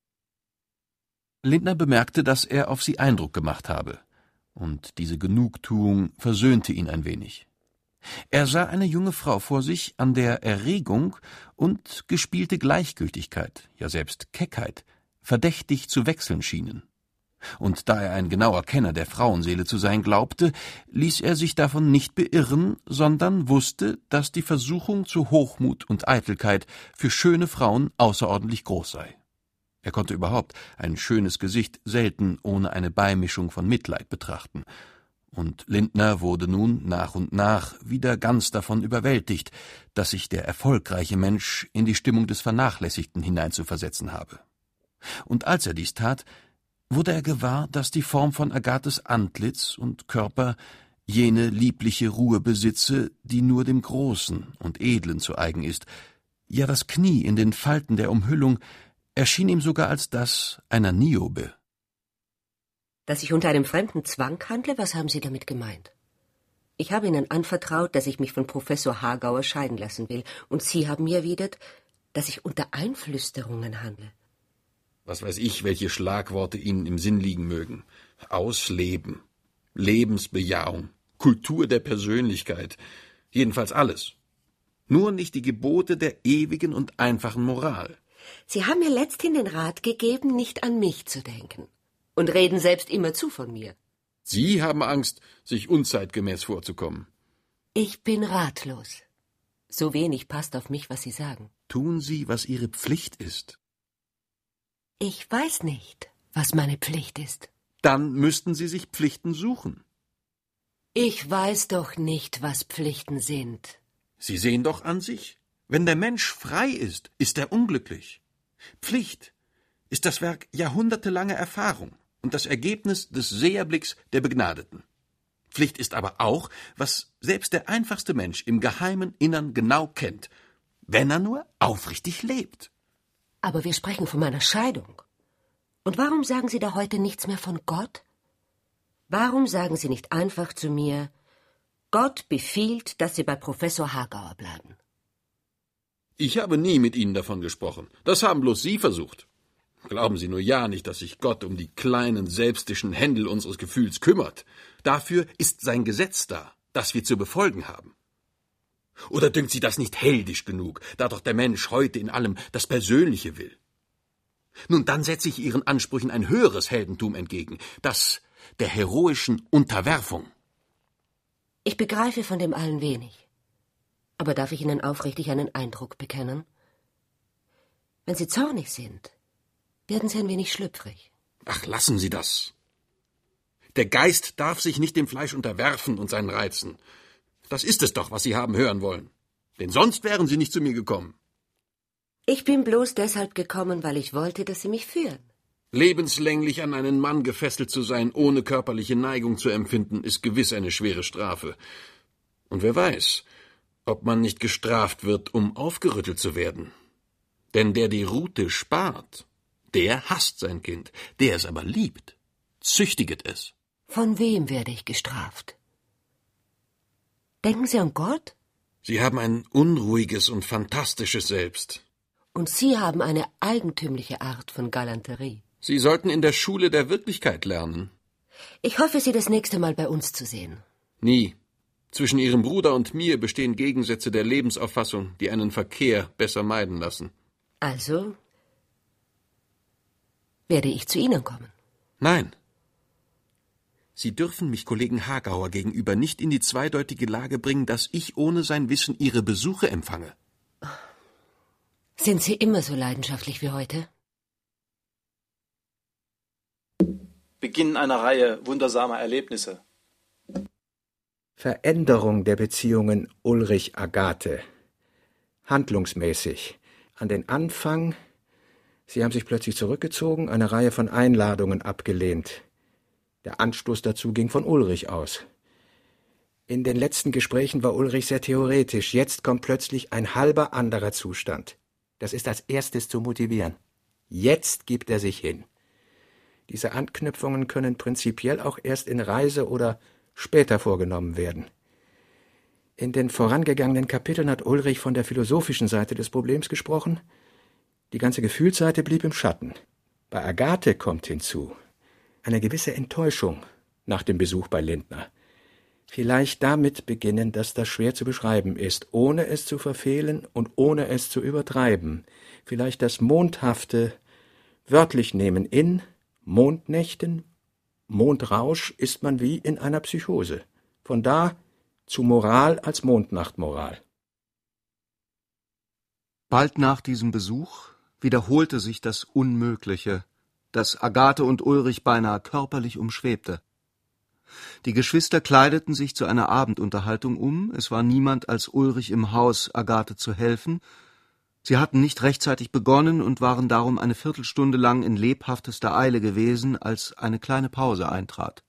Lindner bemerkte, dass er auf sie Eindruck gemacht habe, und diese Genugtuung versöhnte ihn ein wenig. Er sah eine junge Frau vor sich, an der Erregung und gespielte Gleichgültigkeit, ja selbst Keckheit, verdächtig zu wechseln schienen. Und da er ein genauer Kenner der Frauenseele zu sein glaubte, ließ er sich davon nicht beirren, sondern wusste, dass die Versuchung zu Hochmut und Eitelkeit für schöne Frauen außerordentlich groß sei. Er konnte überhaupt ein schönes Gesicht selten ohne eine Beimischung von Mitleid betrachten, und Lindner wurde nun nach und nach wieder ganz davon überwältigt, dass sich der erfolgreiche Mensch in die Stimmung des Vernachlässigten hineinzuversetzen habe. Und als er dies tat, wurde er gewahr, dass die Form von Agathes Antlitz und Körper jene liebliche Ruhe besitze, die nur dem Großen und Edlen zu eigen ist. Ja, das Knie in den Falten der Umhüllung erschien ihm sogar als das einer Niobe. »Dass ich unter einem fremden Zwang handle, was haben Sie damit gemeint? Ich habe Ihnen anvertraut, dass ich mich von Professor Hagauer scheiden lassen will, und Sie haben mir erwidert, dass ich unter Einflüsterungen handle.« Was weiß ich, welche Schlagworte Ihnen im Sinn liegen mögen. Ausleben, Lebensbejahung, Kultur der Persönlichkeit, jedenfalls alles. Nur nicht die Gebote der ewigen und einfachen Moral. Sie haben mir letzthin den Rat gegeben, nicht an mich zu denken. Und reden selbst immerzu von mir. Sie haben Angst, sich unzeitgemäß vorzukommen. Ich bin ratlos. So wenig passt auf mich, was Sie sagen. Tun Sie, was Ihre Pflicht ist. Ich weiß nicht, was meine Pflicht ist. Dann müssten Sie sich Pflichten suchen. Ich weiß doch nicht, was Pflichten sind. Sie sehen doch an sich. Wenn der Mensch frei ist, ist er unglücklich. Pflicht ist das Werk jahrhundertelanger Erfahrung und das Ergebnis des Seherblicks der Begnadeten. Pflicht ist aber auch, was selbst der einfachste Mensch im geheimen Innern genau kennt, wenn er nur aufrichtig lebt. Aber wir sprechen von meiner Scheidung. Und warum sagen Sie da heute nichts mehr von Gott? Warum sagen Sie nicht einfach zu mir, Gott befiehlt, dass Sie bei Professor Hagauer bleiben? Ich habe nie mit Ihnen davon gesprochen. Das haben bloß Sie versucht. Glauben Sie nur ja nicht, dass sich Gott um die kleinen, selbstischen Händel unseres Gefühls kümmert. Dafür ist sein Gesetz da, das wir zu befolgen haben. Oder dünkt Sie das nicht heldisch genug, da doch der Mensch heute in allem das Persönliche will? Nun, dann setze ich Ihren Ansprüchen ein höheres Heldentum entgegen, das der heroischen Unterwerfung. Ich begreife von dem allen wenig. Aber darf ich Ihnen aufrichtig einen Eindruck bekennen? Wenn Sie zornig sind, werden Sie ein wenig schlüpfrig. Ach, lassen Sie das. Der Geist darf sich nicht dem Fleisch unterwerfen und seinen Reizen. Das ist es doch, was Sie haben hören wollen. Denn sonst wären Sie nicht zu mir gekommen. Ich bin bloß deshalb gekommen, weil ich wollte, dass Sie mich führen. Lebenslänglich an einen Mann gefesselt zu sein, ohne körperliche Neigung zu empfinden, ist gewiss eine schwere Strafe. Und wer weiß, ob man nicht gestraft wird, um aufgerüttelt zu werden. Denn der die Rute spart, der hasst sein Kind, der es aber liebt, züchtiget es. Von wem werde ich gestraft? Denken Sie an Gott? Sie haben ein unruhiges und fantastisches Selbst. Und Sie haben eine eigentümliche Art von Galanterie. Sie sollten in der Schule der Wirklichkeit lernen. Ich hoffe, Sie das nächste Mal bei uns zu sehen. Nie. Zwischen Ihrem Bruder und mir bestehen Gegensätze der Lebensauffassung, die einen Verkehr besser meiden lassen. Also werde ich zu Ihnen kommen? Nein. Sie dürfen mich Kollegen Hagauer gegenüber nicht in die zweideutige Lage bringen, dass ich ohne sein Wissen Ihre Besuche empfange. Sind Sie immer so leidenschaftlich wie heute? Beginn einer Reihe wundersamer Erlebnisse. Veränderung der Beziehungen Ulrich-Agathe. Handlungsmäßig. An den Anfang, Sie haben sich plötzlich zurückgezogen, eine Reihe von Einladungen abgelehnt. Der Anstoß dazu ging von Ulrich aus. In den letzten Gesprächen war Ulrich sehr theoretisch. Jetzt kommt plötzlich ein halber anderer Zustand. Das ist als erstes zu motivieren. Jetzt gibt er sich hin. Diese Anknüpfungen können prinzipiell auch erst in Reise oder später vorgenommen werden. In den vorangegangenen Kapiteln hat Ulrich von der philosophischen Seite des Problems gesprochen. Die ganze Gefühlsseite blieb im Schatten. Bei Agathe kommt hinzu eine gewisse Enttäuschung nach dem Besuch bei Lindner. Vielleicht damit beginnen, dass das schwer zu beschreiben ist, ohne es zu verfehlen und ohne es zu übertreiben. Vielleicht das Mondhafte wörtlich nehmen. In Mondnächten, Mondrausch ist man wie in einer Psychose. Von da zu Moral als Mondnachtmoral. Bald nach diesem Besuch wiederholte sich das Unmögliche, das Agathe und Ulrich beinahe körperlich umschwebte. Die Geschwister kleideten sich zu einer Abendunterhaltung um, es war niemand als Ulrich im Haus, Agathe zu helfen. Sie hatten nicht rechtzeitig begonnen und waren darum eine Viertelstunde lang in lebhaftester Eile gewesen, als eine kleine Pause eintrat.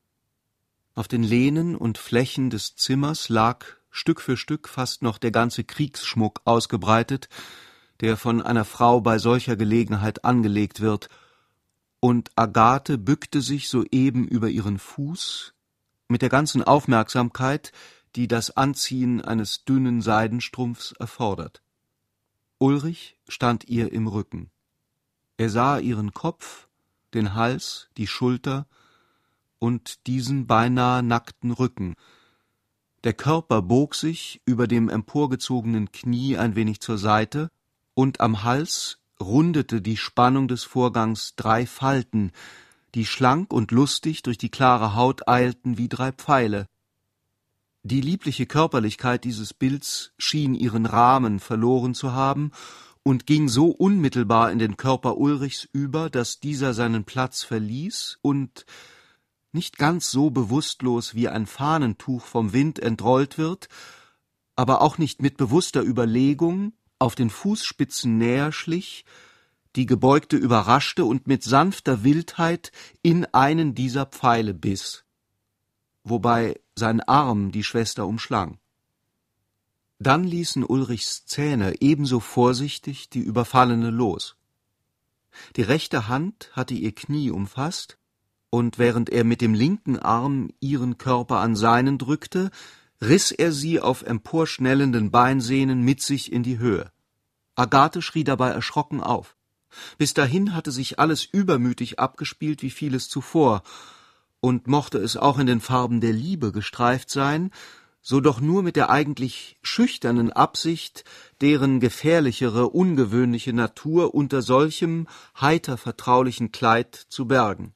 Auf den Lehnen und Flächen des Zimmers lag Stück für Stück fast noch der ganze Kriegsschmuck ausgebreitet, der von einer Frau bei solcher Gelegenheit angelegt wird, und Agathe bückte sich soeben über ihren Fuß mit der ganzen Aufmerksamkeit, die das Anziehen eines dünnen Seidenstrumpfs erfordert. Ulrich stand ihr im Rücken. Er sah ihren Kopf, den Hals, die Schulter und diesen beinahe nackten Rücken. Der Körper bog sich über dem emporgezogenen Knie ein wenig zur Seite, und am Hals rundete die Spannung des Vorgangs drei Falten, die schlank und lustig durch die klare Haut eilten wie drei Pfeile. Die liebliche Körperlichkeit dieses Bilds schien ihren Rahmen verloren zu haben und ging so unmittelbar in den Körper Ulrichs über, dass dieser seinen Platz verließ und, nicht ganz so bewusstlos wie ein Fahnentuch vom Wind entrollt wird, aber auch nicht mit bewusster Überlegung, auf den Fußspitzen näher schlich, die Gebeugte überraschte und mit sanfter Wildheit in einen dieser Pfeile biss, wobei sein Arm die Schwester umschlang. Dann ließen Ulrichs Zähne ebenso vorsichtig die Überfallene los. Die rechte Hand hatte ihr Knie umfasst, und während er mit dem linken Arm ihren Körper an seinen drückte, riss er sie auf emporschnellenden Beinsehnen mit sich in die Höhe. Agathe schrie dabei erschrocken auf. Bis dahin hatte sich alles übermütig abgespielt wie vieles zuvor, und mochte es auch in den Farben der Liebe gestreift sein, so doch nur mit der eigentlich schüchternen Absicht, deren gefährlichere, ungewöhnliche Natur unter solchem heiter vertraulichen Kleid zu bergen.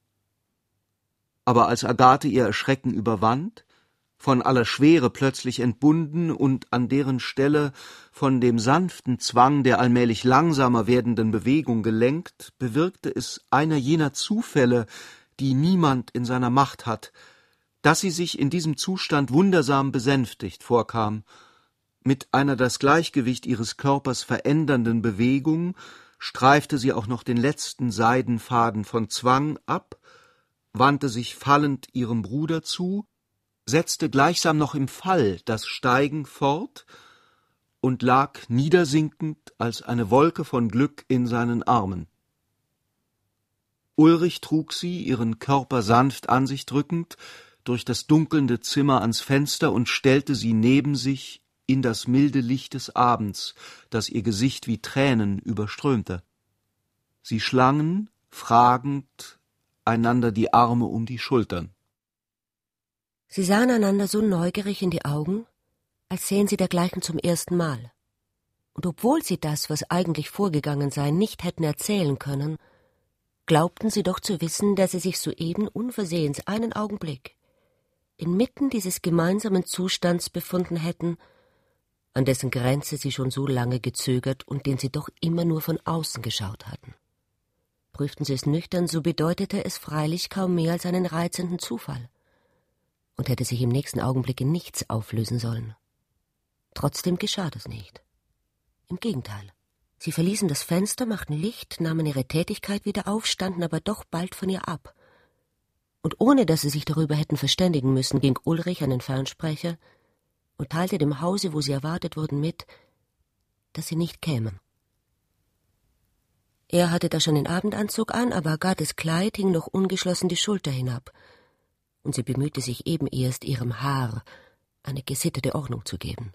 Aber als Agathe ihr Erschrecken überwand, von aller Schwere plötzlich entbunden und an deren Stelle von dem sanften Zwang der allmählich langsamer werdenden Bewegung gelenkt, bewirkte es einer jener Zufälle, die niemand in seiner Macht hat, dass sie sich in diesem Zustand wundersam besänftigt vorkam. Mit einer das Gleichgewicht ihres Körpers verändernden Bewegung streifte sie auch noch den letzten Seidenfaden von Zwang ab, wandte sich fallend ihrem Bruder zu, setzte gleichsam noch im Fall das Steigen fort und lag niedersinkend als eine Wolke von Glück in seinen Armen. Ulrich trug sie, ihren Körper sanft an sich drückend, durch das dunkelnde Zimmer ans Fenster und stellte sie neben sich in das milde Licht des Abends, das ihr Gesicht wie Tränen überströmte. Sie schlangen, fragend, einander die Arme um die Schultern. Sie sahen einander so neugierig in die Augen, als sähen sie dergleichen zum ersten Mal. Und obwohl sie das, was eigentlich vorgegangen sei, nicht hätten erzählen können, glaubten sie doch zu wissen, dass sie sich soeben unversehens einen Augenblick inmitten dieses gemeinsamen Zustands befunden hätten, an dessen Grenze sie schon so lange gezögert und den sie doch immer nur von außen geschaut hatten. Prüften sie es nüchtern, so bedeutete es freilich kaum mehr als einen reizenden Zufall und hätte sich im nächsten Augenblick in nichts auflösen sollen. Trotzdem geschah das nicht. Im Gegenteil. Sie verließen das Fenster, machten Licht, nahmen ihre Tätigkeit wieder auf, standen aber doch bald von ihr ab. Und ohne dass sie sich darüber hätten verständigen müssen, ging Ulrich an den Fernsprecher und teilte dem Hause, wo sie erwartet wurden, mit, dass sie nicht kämen. Er hatte da schon den Abendanzug an, aber Agathes Kleid hing noch ungeschlossen die Schulter hinab, und sie bemühte sich eben erst, ihrem Haar eine gesittete Ordnung zu geben.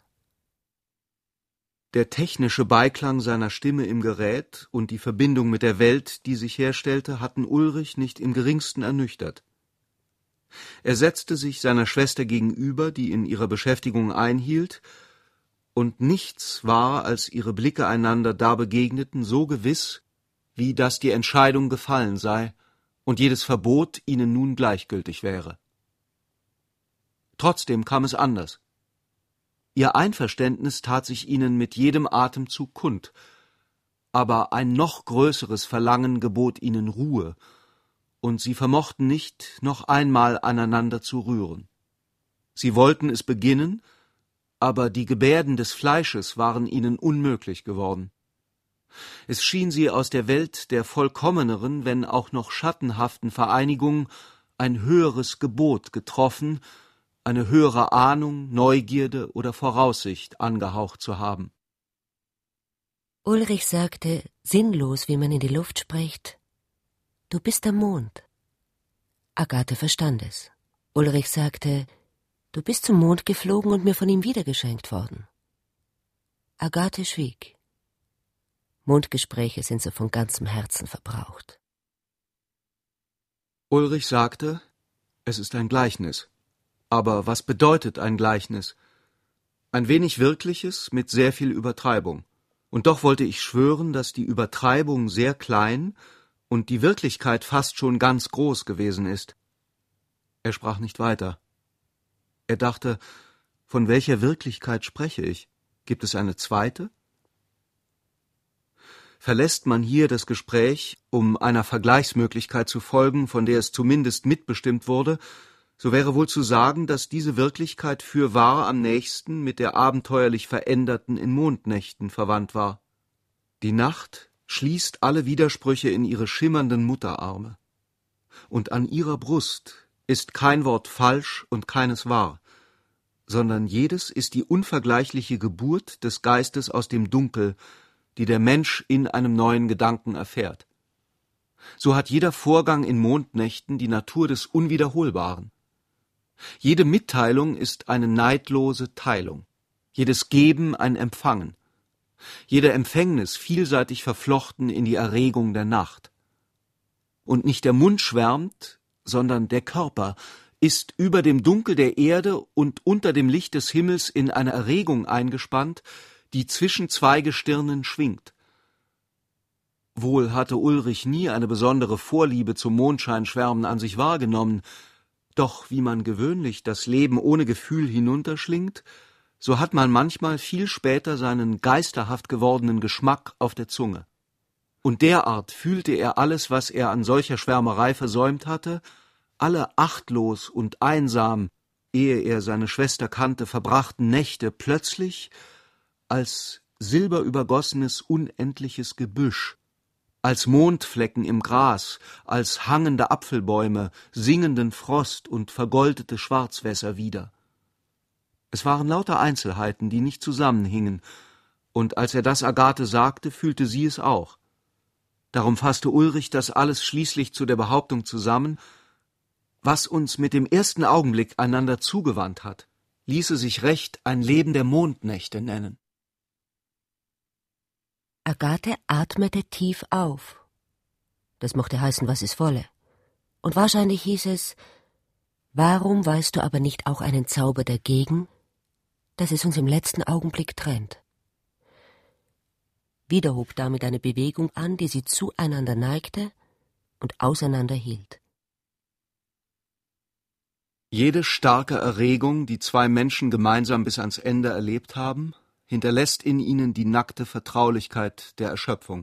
Der technische Beiklang seiner Stimme im Gerät und die Verbindung mit der Welt, die sich herstellte, hatten Ulrich nicht im geringsten ernüchtert. Er setzte sich seiner Schwester gegenüber, die in ihrer Beschäftigung einhielt, und nichts war, als ihre Blicke einander da begegneten, so gewiss, wie dass die Entscheidung gefallen sei und jedes Verbot ihnen nun gleichgültig wäre. Trotzdem kam es anders. Ihr Einverständnis tat sich ihnen mit jedem Atemzug kund, aber ein noch größeres Verlangen gebot ihnen Ruhe, und sie vermochten nicht, noch einmal aneinander zu rühren. Sie wollten es beginnen, aber die Gebärden des Fleisches waren ihnen unmöglich geworden. Es schien sie aus der Welt der vollkommeneren, wenn auch noch schattenhaften Vereinigung ein höheres Gebot getroffen, eine höhere Ahnung, Neugierde oder Voraussicht angehaucht zu haben. Ulrich sagte, sinnlos, wie man in die Luft spricht, »Du bist der Mond.« Agathe verstand es. Ulrich sagte, »Du bist zum Mond geflogen und mir von ihm wiedergeschenkt worden.« Agathe schwieg. Mondgespräche sind so von ganzem Herzen verbraucht. Ulrich sagte, es ist ein Gleichnis. Aber was bedeutet ein Gleichnis? Ein wenig Wirkliches mit sehr viel Übertreibung. Und doch wollte ich schwören, dass die Übertreibung sehr klein und die Wirklichkeit fast schon ganz groß gewesen ist. Er sprach nicht weiter. Er dachte, von welcher Wirklichkeit spreche ich? Gibt es eine zweite? Verlässt man hier das Gespräch, um einer Vergleichsmöglichkeit zu folgen, von der es zumindest mitbestimmt wurde, so wäre wohl zu sagen, dass diese Wirklichkeit fürwahr am nächsten mit der abenteuerlich veränderten in Mondnächten verwandt war. Die Nacht schließt alle Widersprüche in ihre schimmernden Mutterarme. Und an ihrer Brust ist kein Wort falsch und keines wahr, sondern jedes ist die unvergleichliche Geburt des Geistes aus dem Dunkel, die der Mensch in einem neuen Gedanken erfährt. So hat jeder Vorgang in Mondnächten die Natur des Unwiederholbaren. Jede Mitteilung ist eine neidlose Teilung, jedes Geben ein Empfangen, jede Empfängnis vielseitig verflochten in die Erregung der Nacht. Und nicht der Mund schwärmt, sondern der Körper ist über dem Dunkel der Erde und unter dem Licht des Himmels in eine Erregung eingespannt, die zwischen zwei Gestirnen schwingt. Wohl hatte Ulrich nie eine besondere Vorliebe zum Mondscheinschwärmen an sich wahrgenommen, doch wie man gewöhnlich das Leben ohne Gefühl hinunterschlingt, so hat man manchmal viel später seinen geisterhaft gewordenen Geschmack auf der Zunge. Und derart fühlte er alles, was er an solcher Schwärmerei versäumt hatte, alle achtlos und einsam, ehe er seine Schwester kannte, verbrachten Nächte plötzlich als silberübergossenes unendliches Gebüsch, als Mondflecken im Gras, als hangende Apfelbäume, singenden Frost und vergoldete Schwarzwässer wieder. Es waren lauter Einzelheiten, die nicht zusammenhingen, und als er das Agathe sagte, fühlte sie es auch. Darum fasste Ulrich das alles schließlich zu der Behauptung zusammen: Was uns mit dem ersten Augenblick einander zugewandt hat, ließe sich recht ein Leben der Mondnächte nennen. Agathe atmete tief auf. Das mochte heißen, was es wolle. Und wahrscheinlich hieß es: Warum weißt du aber nicht auch einen Zauber dagegen, dass es uns im letzten Augenblick trennt? Wieder hob damit eine Bewegung an, die sie zueinander neigte und auseinander hielt. Jede starke Erregung, die zwei Menschen gemeinsam bis ans Ende erlebt haben, hinterlässt in ihnen die nackte Vertraulichkeit der Erschöpfung.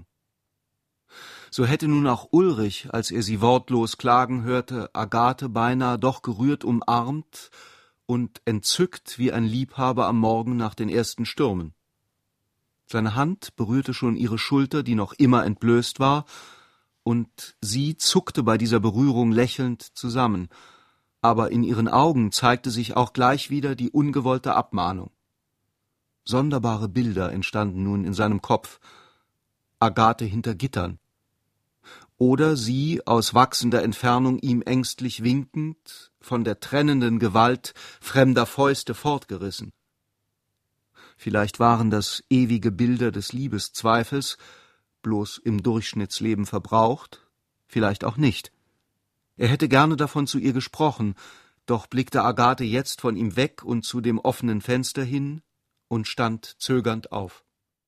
So hätte nun auch Ulrich, als er sie wortlos klagen hörte, Agathe beinahe doch gerührt umarmt und entzückt wie ein Liebhaber am Morgen nach den ersten Stürmen. Seine Hand berührte schon ihre Schulter, die noch immer entblößt war, und sie zuckte bei dieser Berührung lächelnd zusammen, aber in ihren Augen zeigte sich auch gleich wieder die ungewollte Abmahnung. Sonderbare Bilder entstanden nun in seinem Kopf: Agathe hinter Gittern, oder sie aus wachsender Entfernung ihm ängstlich winkend, von der trennenden Gewalt fremder Fäuste fortgerissen. Vielleicht waren das ewige Bilder des Liebeszweifels, bloß im Durchschnittsleben verbraucht, vielleicht auch nicht. Er hätte gerne davon zu ihr gesprochen, doch blickte Agathe jetzt von ihm weg und zu dem offenen Fenster hin und stand zögernd auf.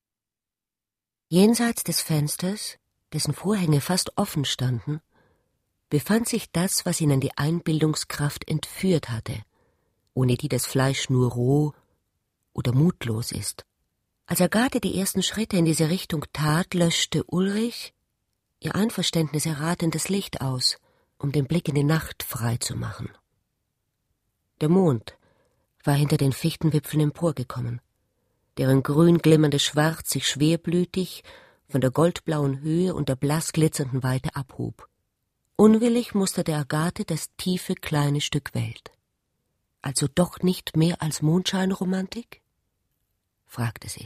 Jenseits des Fensters, dessen Vorhänge fast offen standen, befand sich das, was ihn an die Einbildungskraft entführt hatte, ohne die das Fleisch nur roh oder mutlos ist. Als Agathe die ersten Schritte in diese Richtung tat, löschte Ulrich, ihr Einverständnis erratendes Licht aus, um den Blick in die Nacht frei zu machen. Der Mond war hinter den Fichtenwipfeln emporgekommen, deren grün glimmerndes Schwarz sich schwerblütig von der goldblauen Höhe und der blass glitzernden Weite abhob. Unwillig musterte Agathe das tiefe, kleine Stück Welt. Also doch nicht mehr als Mondscheinromantik? Fragte sie.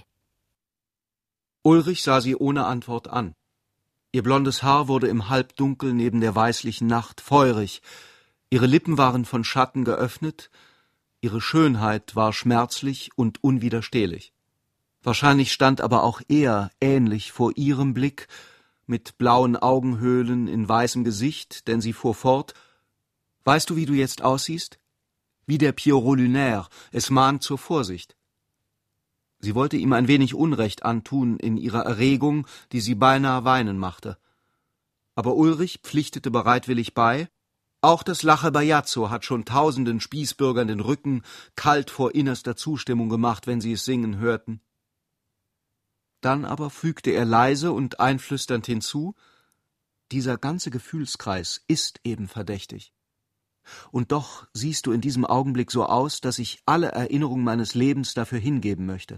Ulrich sah sie ohne Antwort an. Ihr blondes Haar wurde im Halbdunkel neben der weißlichen Nacht feurig, ihre Lippen waren von Schatten geöffnet, ihre Schönheit war schmerzlich und unwiderstehlich. Wahrscheinlich stand aber auch er ähnlich vor ihrem Blick, mit blauen Augenhöhlen in weißem Gesicht, denn sie fuhr fort: »Weißt du, wie du jetzt aussiehst? Wie der Pierrot Lunaire, es mahnt zur Vorsicht.« Sie wollte ihm ein wenig Unrecht antun in ihrer Erregung, die sie beinahe weinen machte. Aber Ulrich pflichtete bereitwillig bei: Auch das Lache Bajazzo hat schon tausenden Spießbürgern den Rücken kalt vor innerster Zustimmung gemacht, wenn sie es singen hörten. Dann aber fügte er leise und einflüsternd hinzu: Dieser ganze Gefühlskreis ist eben verdächtig. Und doch siehst du in diesem Augenblick so aus, dass ich alle Erinnerung meines Lebens dafür hingeben möchte.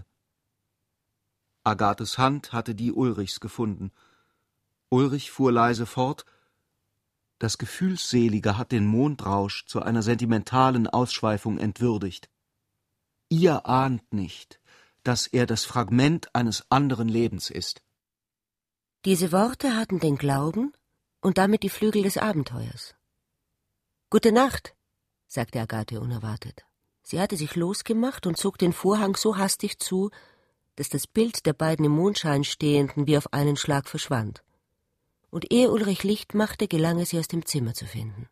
Agathes Hand hatte die Ulrichs gefunden. Ulrich fuhr leise fort: Das Gefühlsselige hat den Mondrausch zu einer sentimentalen Ausschweifung entwürdigt. Ihr ahnt nicht, dass er das Fragment eines anderen Lebens ist. Diese Worte hatten den Glauben und damit die Flügel des Abenteuers. »Gute Nacht«, sagte Agathe unerwartet. Sie hatte sich losgemacht und zog den Vorhang so hastig zu, dass das Bild der beiden im Mondschein Stehenden wie auf einen Schlag verschwand. Und ehe Ulrich Licht machte, gelang es, sie aus dem Zimmer zu finden.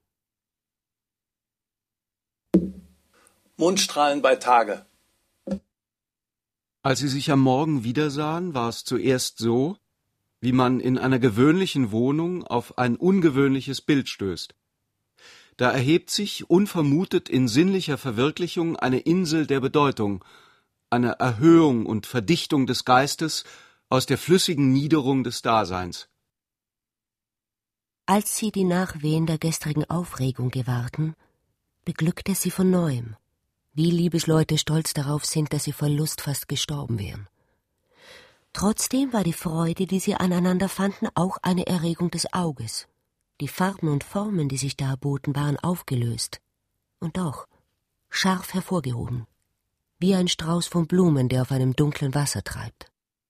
Mondstrahlen bei Tage. Als sie sich am Morgen wiedersahen, war es zuerst so, wie man in einer gewöhnlichen Wohnung auf ein ungewöhnliches Bild stößt. Da erhebt sich unvermutet in sinnlicher Verwirklichung eine Insel der Bedeutung, eine Erhöhung und Verdichtung des Geistes aus der flüssigen Niederung des Daseins. Als sie die Nachwehen der gestrigen Aufregung gewahrten, beglückte es sie von Neuem, wie Liebesleute stolz darauf sind, dass sie vor Lust fast gestorben wären. Trotzdem war die Freude, die sie aneinander fanden, auch eine Erregung des Auges. Die Farben und Formen, die sich da boten, waren aufgelöst und doch scharf hervorgehoben, wie ein Strauß von Blumen, der auf einem dunklen Wasser treibt.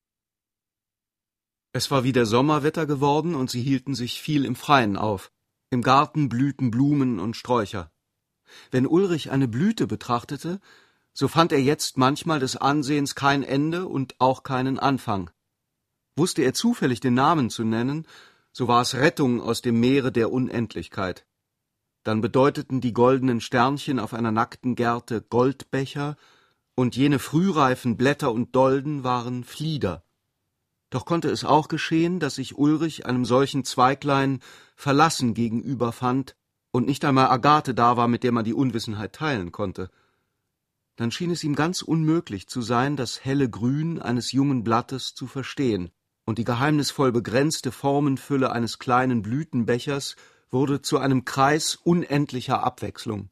Es war wieder Sommerwetter geworden und sie hielten sich viel im Freien auf. Im Garten blühten Blumen und Sträucher. Wenn Ulrich eine Blüte betrachtete, so fand er jetzt manchmal des Ansehens kein Ende und auch keinen Anfang. Wusste er zufällig den Namen zu nennen, so war es Rettung aus dem Meere der Unendlichkeit. Dann bedeuteten die goldenen Sternchen auf einer nackten Gerte Goldbecher, und jene frühreifen Blätter und Dolden waren Flieder. Doch konnte es auch geschehen, dass sich Ulrich einem solchen Zweiglein verlassen gegenüber fand und nicht einmal Agathe da war, mit der man die Unwissenheit teilen konnte. Dann schien es ihm ganz unmöglich zu sein, das helle Grün eines jungen Blattes zu verstehen, und die geheimnisvoll begrenzte Formenfülle eines kleinen Blütenbechers wurde zu einem Kreis unendlicher Abwechslung.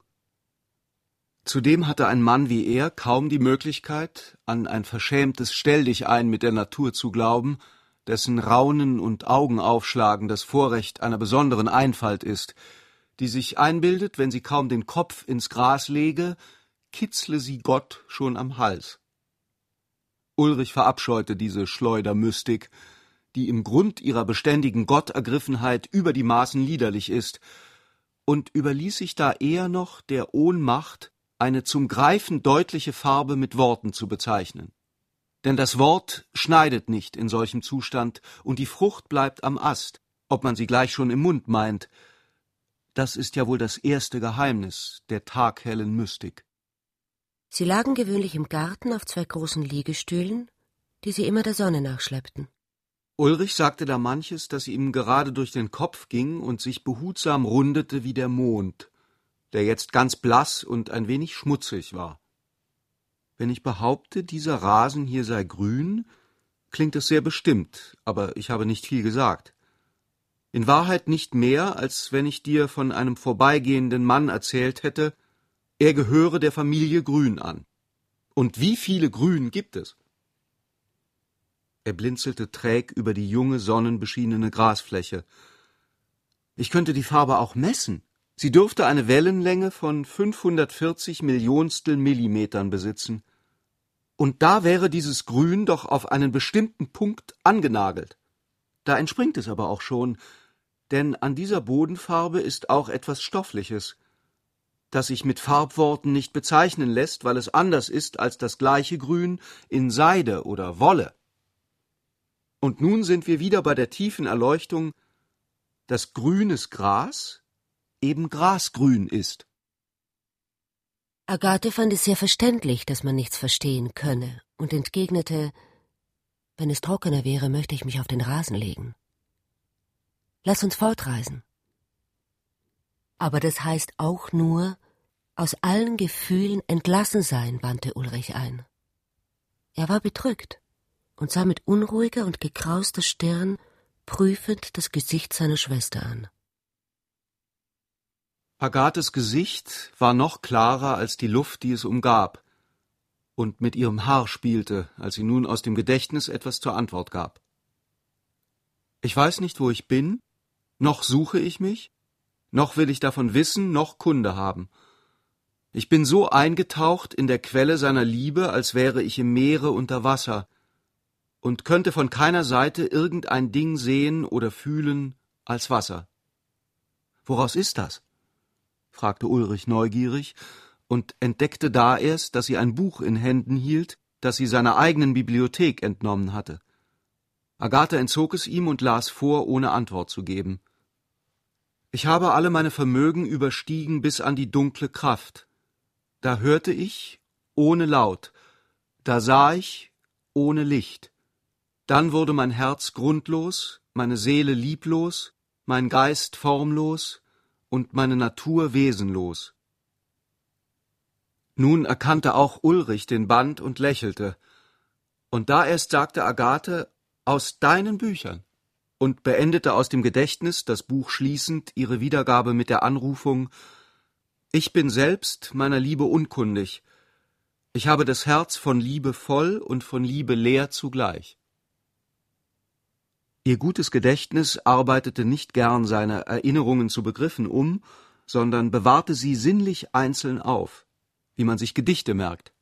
Zudem hatte ein Mann wie er kaum die Möglichkeit, an ein verschämtes Stelldichein mit der Natur zu glauben, dessen Raunen und Augenaufschlagen das Vorrecht einer besonderen Einfalt ist, die sich einbildet, wenn sie kaum den Kopf ins Gras lege, kitzle sie Gott schon am Hals. Ulrich verabscheute diese Schleudermystik, die im Grund ihrer beständigen Gottergriffenheit über die Maßen liederlich ist, und überließ sich da eher noch der Ohnmacht, eine zum Greifen deutliche Farbe mit Worten zu bezeichnen. Denn das Wort schneidet nicht in solchem Zustand, und die Frucht bleibt am Ast, ob man sie gleich schon im Mund meint. Das ist ja wohl das erste Geheimnis der taghellen Mystik. Sie lagen gewöhnlich im Garten auf zwei großen Liegestühlen, die sie immer der Sonne nachschleppten. Ulrich sagte da manches, das ihm gerade durch den Kopf ging und sich behutsam rundete wie der Mond, der jetzt ganz blass und ein wenig schmutzig war. Wenn ich behaupte, dieser Rasen hier sei grün, klingt es sehr bestimmt, aber ich habe nicht viel gesagt. In Wahrheit nicht mehr, als wenn ich dir von einem vorbeigehenden Mann erzählt hätte, er gehöre der Familie Grün an. Und wie viele Grün gibt es? Er blinzelte träg über die junge, sonnenbeschienene Grasfläche. Ich könnte die Farbe auch messen. Sie dürfte eine Wellenlänge von fünfhundertvierzig Millionstel Millimetern besitzen. Und da wäre dieses Grün doch auf einen bestimmten Punkt angenagelt. Da entspringt es aber auch schon, denn an dieser Bodenfarbe ist auch etwas Stoffliches, das sich mit Farbworten nicht bezeichnen lässt, weil es anders ist als das gleiche Grün in Seide oder Wolle. Und nun sind wir wieder bei der tiefen Erleuchtung, dass grünes Gras eben grasgrün ist. Agathe fand es sehr verständlich, dass man nichts verstehen könne, und entgegnete, wenn es trockener wäre, möchte ich mich auf den Rasen legen. Lass uns fortreisen. Aber das heißt auch nur, aus allen Gefühlen entlassen sein, wandte Ulrich ein. Er war bedrückt und sah mit unruhiger und gekrauster Stirn prüfend das Gesicht seiner Schwester an. Agathes Gesicht war noch klarer als die Luft, die es umgab, und mit ihrem Haar spielte, als sie nun aus dem Gedächtnis etwas zur Antwort gab. Ich weiß nicht, wo ich bin, noch suche ich mich, noch will ich davon wissen, noch Kunde haben. Ich bin so eingetaucht in der Quelle seiner Liebe, als wäre ich im Meere unter Wasser, und könnte von keiner Seite irgendein Ding sehen oder fühlen als Wasser. Woraus ist das? Fragte Ulrich neugierig und entdeckte da erst, dass sie ein Buch in Händen hielt, das sie seiner eigenen Bibliothek entnommen hatte. Agathe entzog es ihm und las vor, ohne Antwort zu geben. Ich habe alle meine Vermögen überstiegen bis an die dunkle Kraft. Da hörte ich, ohne Laut, da sah ich, ohne Licht. Dann wurde mein Herz grundlos, meine Seele lieblos, mein Geist formlos und meine Natur wesenlos. Nun erkannte auch Ulrich den Band und lächelte, und da erst sagte Agathe, aus deinen Büchern, und beendete aus dem Gedächtnis, das Buch schließend, ihre Wiedergabe mit der Anrufung, ich bin selbst meiner Liebe unkundig, ich habe das Herz von Liebe voll und von Liebe leer zugleich. Ihr gutes Gedächtnis arbeitete nicht gern seine Erinnerungen zu Begriffen um, sondern bewahrte sie sinnlich einzeln auf, wie man sich Gedichte merkt.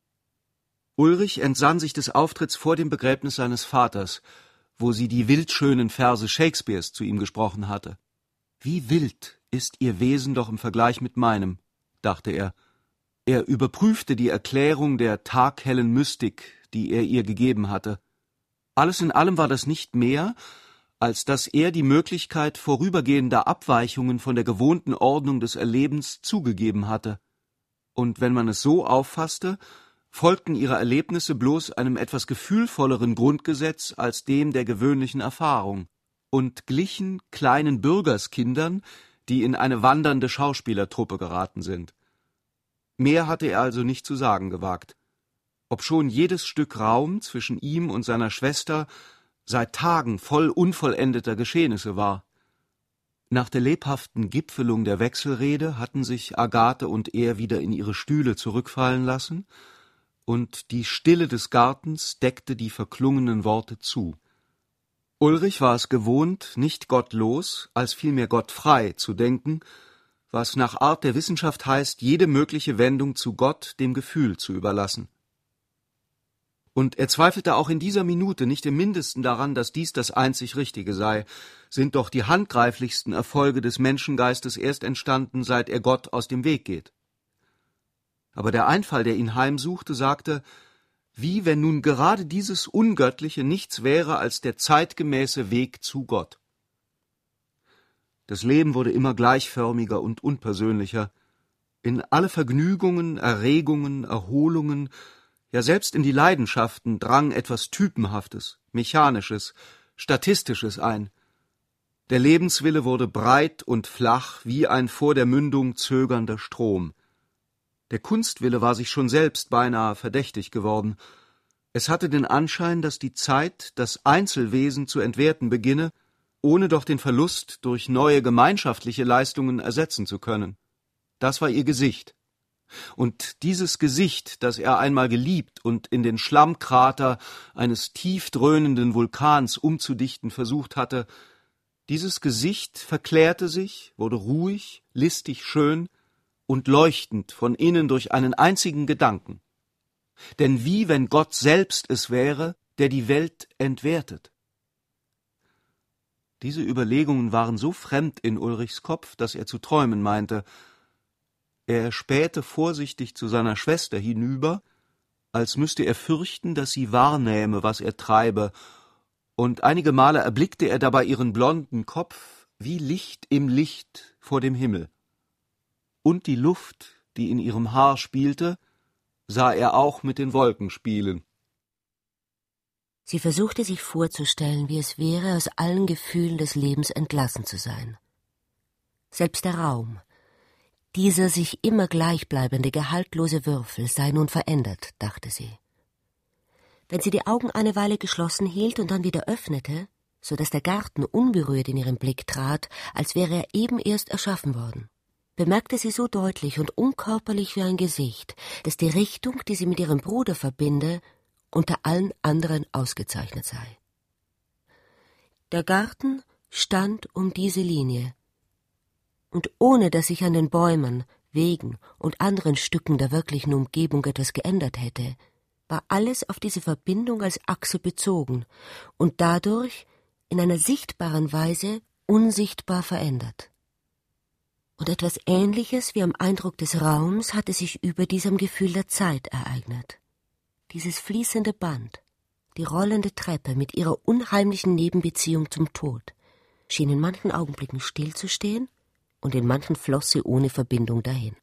Ulrich entsann sich des Auftritts vor dem Begräbnis seines Vaters, wo sie die wildschönen Verse Shakespeares zu ihm gesprochen hatte. Wie wild ist ihr Wesen doch im Vergleich mit meinem, dachte er. Er überprüfte die Erklärung der taghellen Mystik, die er ihr gegeben hatte. Alles in allem war das nicht mehr, als dass er die Möglichkeit vorübergehender Abweichungen von der gewohnten Ordnung des Erlebens zugegeben hatte. Und wenn man es so auffasste, folgten ihre Erlebnisse bloß einem etwas gefühlvolleren Grundgesetz als dem der gewöhnlichen Erfahrung und glichen kleinen Bürgerskindern, die in eine wandernde Schauspielertruppe geraten sind. Mehr hatte er also nicht zu sagen gewagt, obschon jedes Stück Raum zwischen ihm und seiner Schwester seit Tagen voll unvollendeter Geschehnisse war. Nach der lebhaften Gipfelung der Wechselrede hatten sich Agathe und er wieder in ihre Stühle zurückfallen lassen, und die Stille des Gartens deckte die verklungenen Worte zu. Ulrich war es gewohnt, nicht gottlos, als vielmehr gottfrei zu denken, was nach Art der Wissenschaft heißt, jede mögliche Wendung zu Gott dem Gefühl zu überlassen. Und er zweifelte auch in dieser Minute nicht im Mindesten daran, dass dies das einzig Richtige sei, sind doch die handgreiflichsten Erfolge des Menschengeistes erst entstanden, seit er Gott aus dem Weg geht. Aber der Einfall, der ihn heimsuchte, sagte, wie wenn nun gerade dieses Ungöttliche nichts wäre als der zeitgemäße Weg zu Gott. Das Leben wurde immer gleichförmiger und unpersönlicher. In alle Vergnügungen, Erregungen, Erholungen, ja selbst in die Leidenschaften drang etwas Typenhaftes, Mechanisches, Statistisches ein. Der Lebenswille wurde breit und flach wie ein vor der Mündung zögernder Strom. Der Kunstwille war sich schon selbst beinahe verdächtig geworden. Es hatte den Anschein, dass die Zeit das Einzelwesen zu entwerten beginne, ohne doch den Verlust durch neue gemeinschaftliche Leistungen ersetzen zu können. Das war ihr Gesicht. Und dieses Gesicht, das er einmal geliebt und in den Schlammkrater eines tief dröhnenden Vulkans umzudichten versucht hatte, dieses Gesicht verklärte sich, wurde ruhig, listig schön und leuchtend von innen durch einen einzigen Gedanken. Denn wie wenn Gott selbst es wäre, der die Welt entwertet. Diese Überlegungen waren so fremd in Ulrichs Kopf, dass er zu träumen meinte. Er spähte vorsichtig zu seiner Schwester hinüber, als müsste er fürchten, dass sie wahrnähme, was er treibe, und einige Male erblickte er dabei ihren blonden Kopf wie Licht im Licht vor dem Himmel. Und die Luft, die in ihrem Haar spielte, sah er auch mit den Wolken spielen. Sie versuchte sich vorzustellen, wie es wäre, aus allen Gefühlen des Lebens entlassen zu sein. Selbst der Raum, dieser sich immer gleichbleibende, gehaltlose Würfel, sei nun verändert, dachte sie. Wenn sie die Augen eine Weile geschlossen hielt und dann wieder öffnete, so dass der Garten unberührt in ihren Blick trat, als wäre er eben erst erschaffen worden, bemerkte sie so deutlich und unkörperlich wie ein Gesicht, dass die Richtung, die sie mit ihrem Bruder verbinde, unter allen anderen ausgezeichnet sei. Der Garten stand um diese Linie, und ohne dass sich an den Bäumen, Wegen und anderen Stücken der wirklichen Umgebung etwas geändert hätte, war alles auf diese Verbindung als Achse bezogen und dadurch in einer sichtbaren Weise unsichtbar verändert. Und etwas Ähnliches wie am Eindruck des Raums hatte sich überdies am Gefühl der Zeit ereignet. Dieses fließende Band, die rollende Treppe mit ihrer unheimlichen Nebenbeziehung zum Tod, schien in manchen Augenblicken stillzustehen und in manchen floss sie ohne Verbindung dahin.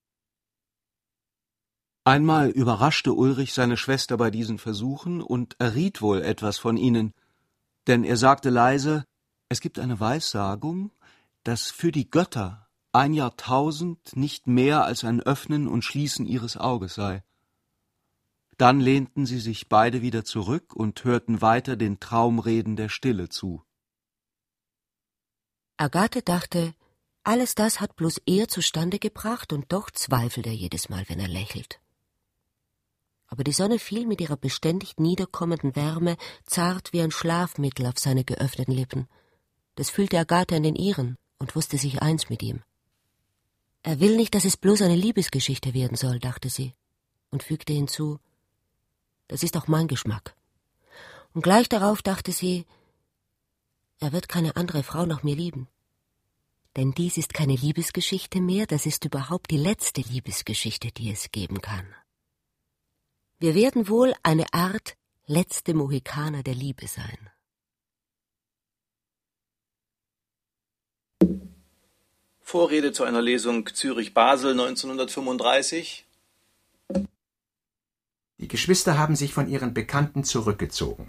Einmal überraschte Ulrich seine Schwester bei diesen Versuchen und erriet wohl etwas von ihnen, denn er sagte leise, es gibt eine Weissagung, dass für die Götter ein Jahrtausend nicht mehr als ein Öffnen und Schließen ihres Auges sei. Dann lehnten sie sich beide wieder zurück und hörten weiter den Traumreden der Stille zu. Agathe dachte, alles das hat bloß er zustande gebracht, und doch zweifelt er jedes Mal, wenn er lächelt. aber die Sonne fiel mit ihrer beständig niederkommenden Wärme zart wie ein Schlafmittel auf seine geöffneten Lippen. Das fühlte Agathe in den ihren und wusste sich eins mit ihm. Er will nicht, dass es bloß eine Liebesgeschichte werden soll, dachte sie, und fügte hinzu, das ist auch mein Geschmack. Und gleich darauf dachte sie, er wird keine andere Frau nach mir lieben. Denn dies ist keine Liebesgeschichte mehr, das ist überhaupt die letzte Liebesgeschichte, die es geben kann. Wir werden wohl eine Art letzte Mohikaner der Liebe sein. Vorrede zu einer Lesung Zürich-Basel neunzehnhundertfünfunddreißig. Die Geschwister haben sich von ihren Bekannten zurückgezogen.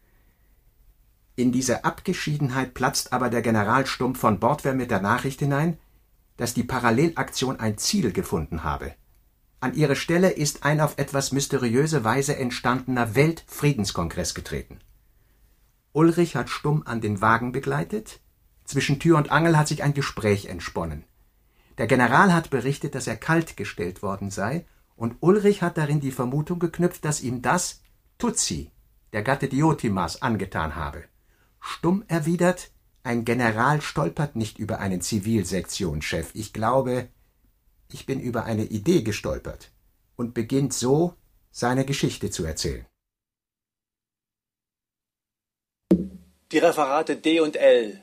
In diese Abgeschiedenheit platzt aber der General Stumpf von Bordwehr mit der Nachricht hinein, dass die Parallelaktion ein Ziel gefunden habe. An ihre Stelle ist ein auf etwas mysteriöse Weise entstandener Weltfriedenskongress getreten. Ulrich hat Stumm an den Wagen begleitet. Zwischen Tür und Angel hat sich ein Gespräch entsponnen. Der General hat berichtet, dass er kalt gestellt worden sei, und Ulrich hat darin die Vermutung geknüpft, dass ihm das Tutsi, der Gatte Diotimas, angetan habe. Stumm erwidert, ein General stolpert nicht über einen Zivilsektionschef. Ich glaube, ich bin über eine Idee gestolpert, und beginnt so, seine Geschichte zu erzählen. Die Referate D und L.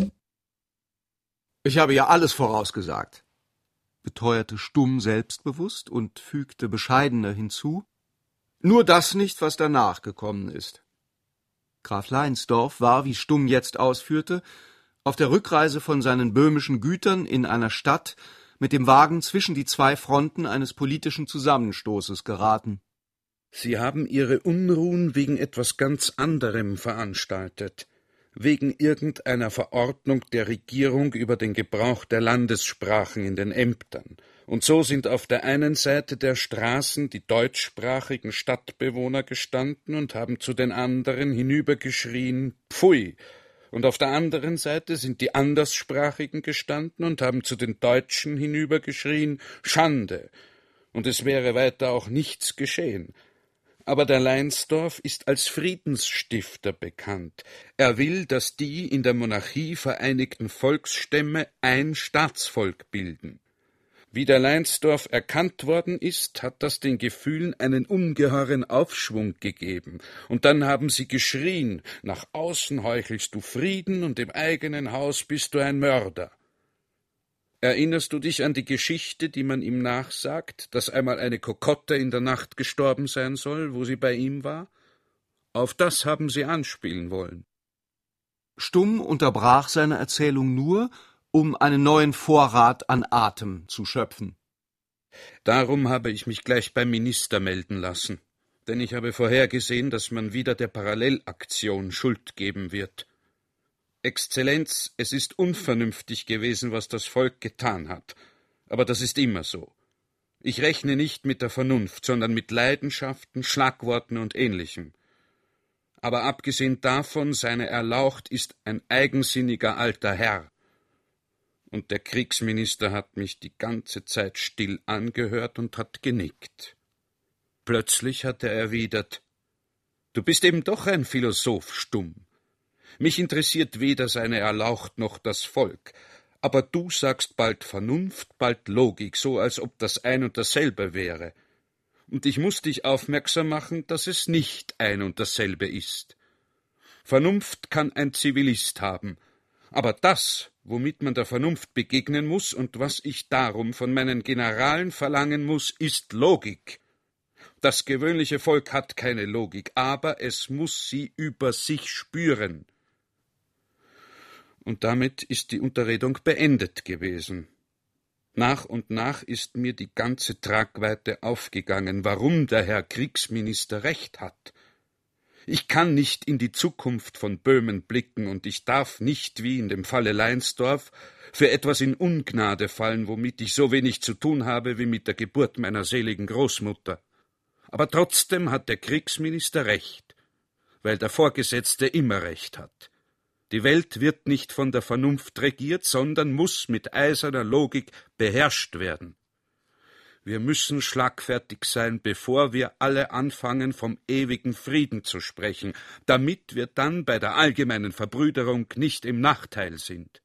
Ich habe ja alles vorausgesagt, beteuerte Stumm selbstbewusst und fügte bescheidener hinzu, nur das nicht, was danach gekommen ist. Graf Leinsdorf war, wie Stumm jetzt ausführte, auf der Rückreise von seinen böhmischen Gütern in einer Stadt mit dem Wagen zwischen die zwei Fronten eines politischen Zusammenstoßes geraten. Sie haben Ihre Unruhen wegen etwas ganz anderem veranstaltet, wegen irgendeiner Verordnung der Regierung über den Gebrauch der Landessprachen in den Ämtern. Und so sind auf der einen Seite der Straßen die deutschsprachigen Stadtbewohner gestanden und haben zu den anderen hinübergeschrien »Pfui«, und auf der anderen Seite sind die Anderssprachigen gestanden und haben zu den Deutschen hinübergeschrien »Schande«, und es wäre weiter auch nichts geschehen. Aber der Leinsdorf ist als Friedensstifter bekannt. Er will, dass die in der Monarchie vereinigten Volksstämme ein Staatsvolk bilden. Wie der Leinsdorf erkannt worden ist, hat das den Gefühlen einen ungeheuren Aufschwung gegeben. Und dann haben sie geschrien, nach außen heuchelst du Frieden und im eigenen Haus bist du ein Mörder. Erinnerst du dich an die Geschichte, die man ihm nachsagt, dass einmal eine Kokotte in der Nacht gestorben sein soll, wo sie bei ihm war? Auf das haben sie anspielen wollen. Stumm unterbrach seine Erzählung nur, um einen neuen Vorrat an Atem zu schöpfen. Darum habe ich mich gleich beim Minister melden lassen, denn ich habe vorhergesehen, dass man wieder der Parallelaktion Schuld geben wird. Exzellenz, es ist unvernünftig gewesen, was das Volk getan hat, aber das ist immer so. Ich rechne nicht mit der Vernunft, sondern mit Leidenschaften, Schlagworten und Ähnlichem. Aber abgesehen davon, seine Erlaucht ist ein eigensinniger alter Herr. Und der Kriegsminister hat mich die ganze Zeit still angehört und hat genickt. Plötzlich hat er erwidert, »Du bist eben doch ein Philosoph, Stumm. Mich interessiert weder seine Erlaucht noch das Volk, aber du sagst bald Vernunft, bald Logik, so als ob das ein und dasselbe wäre. Und ich muß dich aufmerksam machen, dass es nicht ein und dasselbe ist. Vernunft kann ein Zivilist haben, aber das, womit man der Vernunft begegnen muß und was ich darum von meinen Generalen verlangen muß, ist Logik. Das gewöhnliche Volk hat keine Logik, aber es muß sie über sich spüren.« Und damit ist die Unterredung beendet gewesen. Nach und nach ist mir die ganze Tragweite aufgegangen, warum der Herr Kriegsminister recht hat. Ich kann nicht in die Zukunft von Böhmen blicken, und ich darf nicht, wie in dem Falle Leinsdorf, für etwas in Ungnade fallen, womit ich so wenig zu tun habe wie mit der Geburt meiner seligen Großmutter. Aber trotzdem hat der Kriegsminister recht, weil der Vorgesetzte immer recht hat. Die Welt wird nicht von der Vernunft regiert, sondern muss mit eiserner Logik beherrscht werden. Wir müssen schlagfertig sein, bevor wir alle anfangen, vom ewigen Frieden zu sprechen, damit wir dann bei der allgemeinen Verbrüderung nicht im Nachteil sind.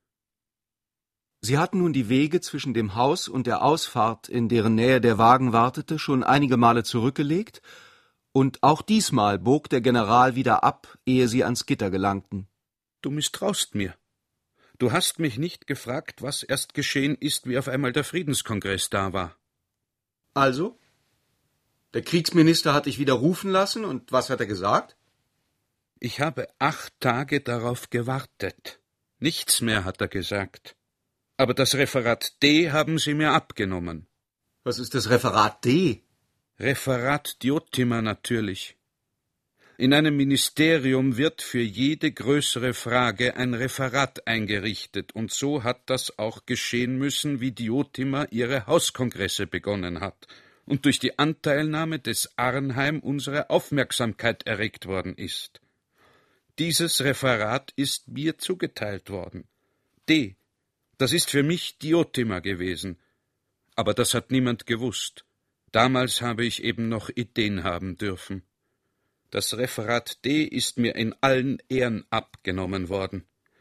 Sie hatten nun die Wege zwischen dem Haus und der Ausfahrt, in deren Nähe der Wagen wartete, schon einige Male zurückgelegt, und auch diesmal bog der General wieder ab, ehe sie ans Gitter gelangten. »Du misstraust mir. Du hast mich nicht gefragt, was erst geschehen ist, wie auf einmal der Friedenskongress da war.« »Also? Der Kriegsminister hat dich wieder rufen lassen, und was hat er gesagt?« »Ich habe acht Tage darauf gewartet. Nichts mehr hat er gesagt. Aber das Referat D haben sie mir abgenommen.« »Was ist das Referat D?« »Referat Diotima natürlich. In einem Ministerium wird für jede größere Frage ein Referat eingerichtet, und so hat das auch geschehen müssen, wie Diotima ihre Hauskongresse begonnen hat und durch die Anteilnahme des Arnheim unsere Aufmerksamkeit erregt worden ist. Dieses Referat ist mir zugeteilt worden. D, das ist für mich Diotima gewesen, aber das hat niemand gewusst. Damals habe ich eben noch Ideen haben dürfen. Das Referat D ist mir in allen Ehren abgenommen worden.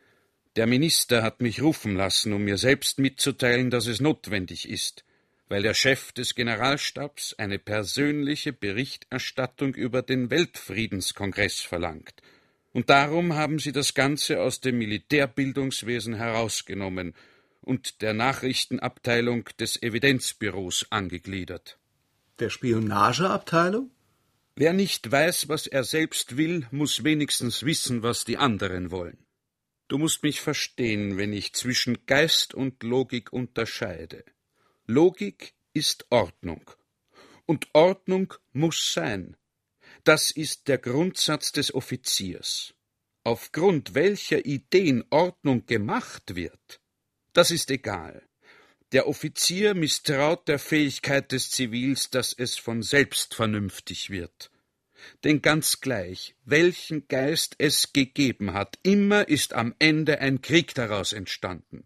Der Minister hat mich rufen lassen, um mir selbst mitzuteilen, dass es notwendig ist, weil der Chef des Generalstabs eine persönliche Berichterstattung über den Weltfriedenskongress verlangt. Und darum haben sie das Ganze aus dem Militärbildungswesen herausgenommen und der Nachrichtenabteilung des Evidenzbüros angegliedert. Der Spionageabteilung? Wer nicht weiß, was er selbst will, muss wenigstens wissen, was die anderen wollen. Du musst mich verstehen, wenn ich zwischen Geist und Logik unterscheide. Logik ist Ordnung. Und Ordnung muss sein. Das ist der Grundsatz des Offiziers. Aufgrund welcher Ideen Ordnung gemacht wird, das ist egal. Der Offizier misstraut der Fähigkeit des Zivils, dass es von selbst vernünftig wird. Denn ganz gleich, welchen Geist es gegeben hat, immer ist am Ende ein Krieg daraus entstanden.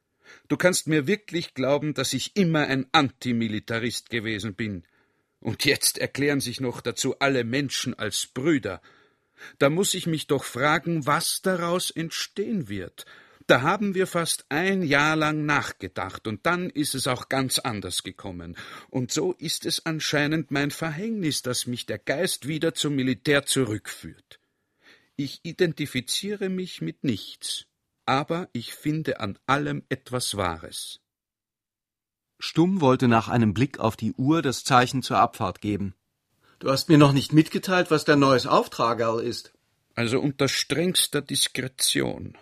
Du kannst mir wirklich glauben, dass ich immer ein Antimilitarist gewesen bin. Und jetzt erklären sich noch dazu alle Menschen als Brüder. Da muss ich mich doch fragen, was daraus entstehen wird. Da haben wir fast ein Jahr lang nachgedacht, und dann ist es auch ganz anders gekommen. Und so ist es anscheinend mein Verhängnis, dass mich der Geist wieder zum Militär zurückführt. Ich identifiziere mich mit nichts, aber ich finde an allem etwas Wahres. Stumm wollte nach einem Blick auf die Uhr das Zeichen zur Abfahrt geben. »Du hast mir noch nicht mitgeteilt, was dein neues Auftragerl ist.« »Also unter strengster Diskretion.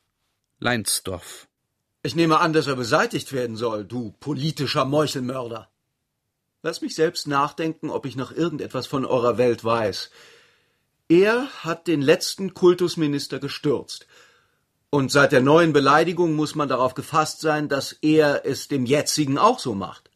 Leinsdorf.« »Ich nehme an, dass er beseitigt werden soll, du politischer Meuchelmörder. Lass mich selbst nachdenken, ob ich noch irgendetwas von eurer Welt weiß. Er hat den letzten Kultusminister gestürzt. Und seit der neuen Beleidigung muss man darauf gefasst sein, dass er es dem jetzigen auch so macht.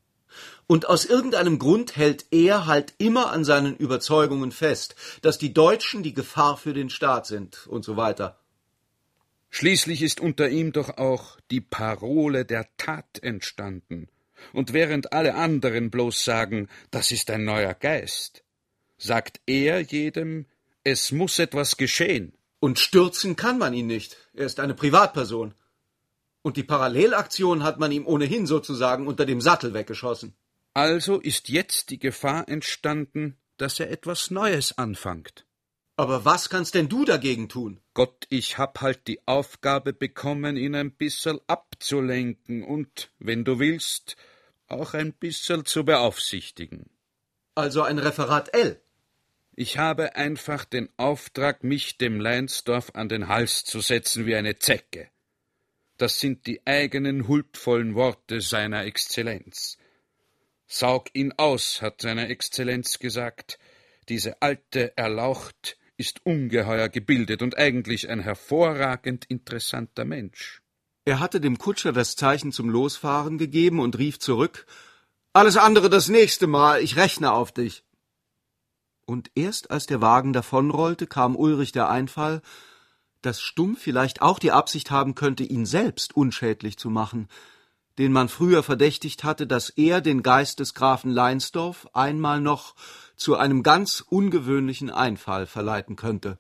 Und aus irgendeinem Grund hält er halt immer an seinen Überzeugungen fest, dass die Deutschen die Gefahr für den Staat sind und so weiter. Schließlich ist unter ihm doch auch die Parole der Tat entstanden. Und während alle anderen bloß sagen, das ist ein neuer Geist, sagt er jedem, es muss etwas geschehen. Und stürzen kann man ihn nicht. Er ist eine Privatperson. Und die Parallelaktion hat man ihm ohnehin sozusagen unter dem Sattel weggeschossen. Also ist jetzt die Gefahr entstanden, dass er etwas Neues anfängt. Aber was kannst denn du dagegen tun? Gott, ich hab halt die Aufgabe bekommen, ihn ein bisserl abzulenken und, wenn du willst, auch ein bisserl zu beaufsichtigen. Also ein Referat L? Ich habe einfach den Auftrag, mich dem Leinsdorf an den Hals zu setzen wie eine Zecke. Das sind die eigenen huldvollen Worte seiner Exzellenz. Saug ihn aus, hat seine Exzellenz gesagt. Diese alte Erlaucht ist ungeheuer gebildet und eigentlich ein hervorragend interessanter Mensch. Er hatte dem Kutscher das Zeichen zum Losfahren gegeben und rief zurück, »Alles andere das nächste Mal, ich rechne auf dich.« Und erst als der Wagen davonrollte, kam Ulrich der Einfall, dass Stumm vielleicht auch die Absicht haben könnte, ihn selbst unschädlich zu machen. den man früher verdächtigt hatte, dass er den Geist des Grafen Leinsdorf einmal noch zu einem ganz ungewöhnlichen Einfall verleiten könnte.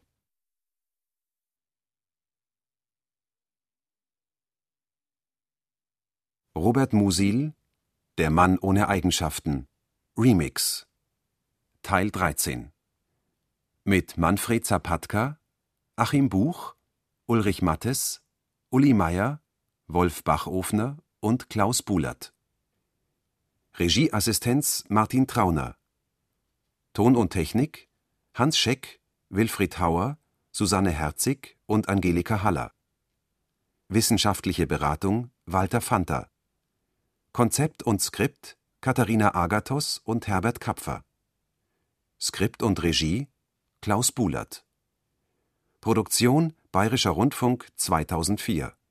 Robert Musil, Der Mann ohne Eigenschaften, Remix, Teil dreizehn. Mit Manfred Zapatka, Achim Buch, Ulrich Mattes, Uli Meier, Wolf Bachofner und Klaus Bulert. Regieassistenz Martin Trauner. Ton und Technik Hans Scheck, Wilfried Hauer, Susanne Herzig und Angelika Haller. Wissenschaftliche Beratung Walter Fanta. Konzept und Skript Katharina Agathos und Herbert Kapfer. Skript und Regie Klaus Bulert. Produktion Bayerischer Rundfunk zweitausendvier.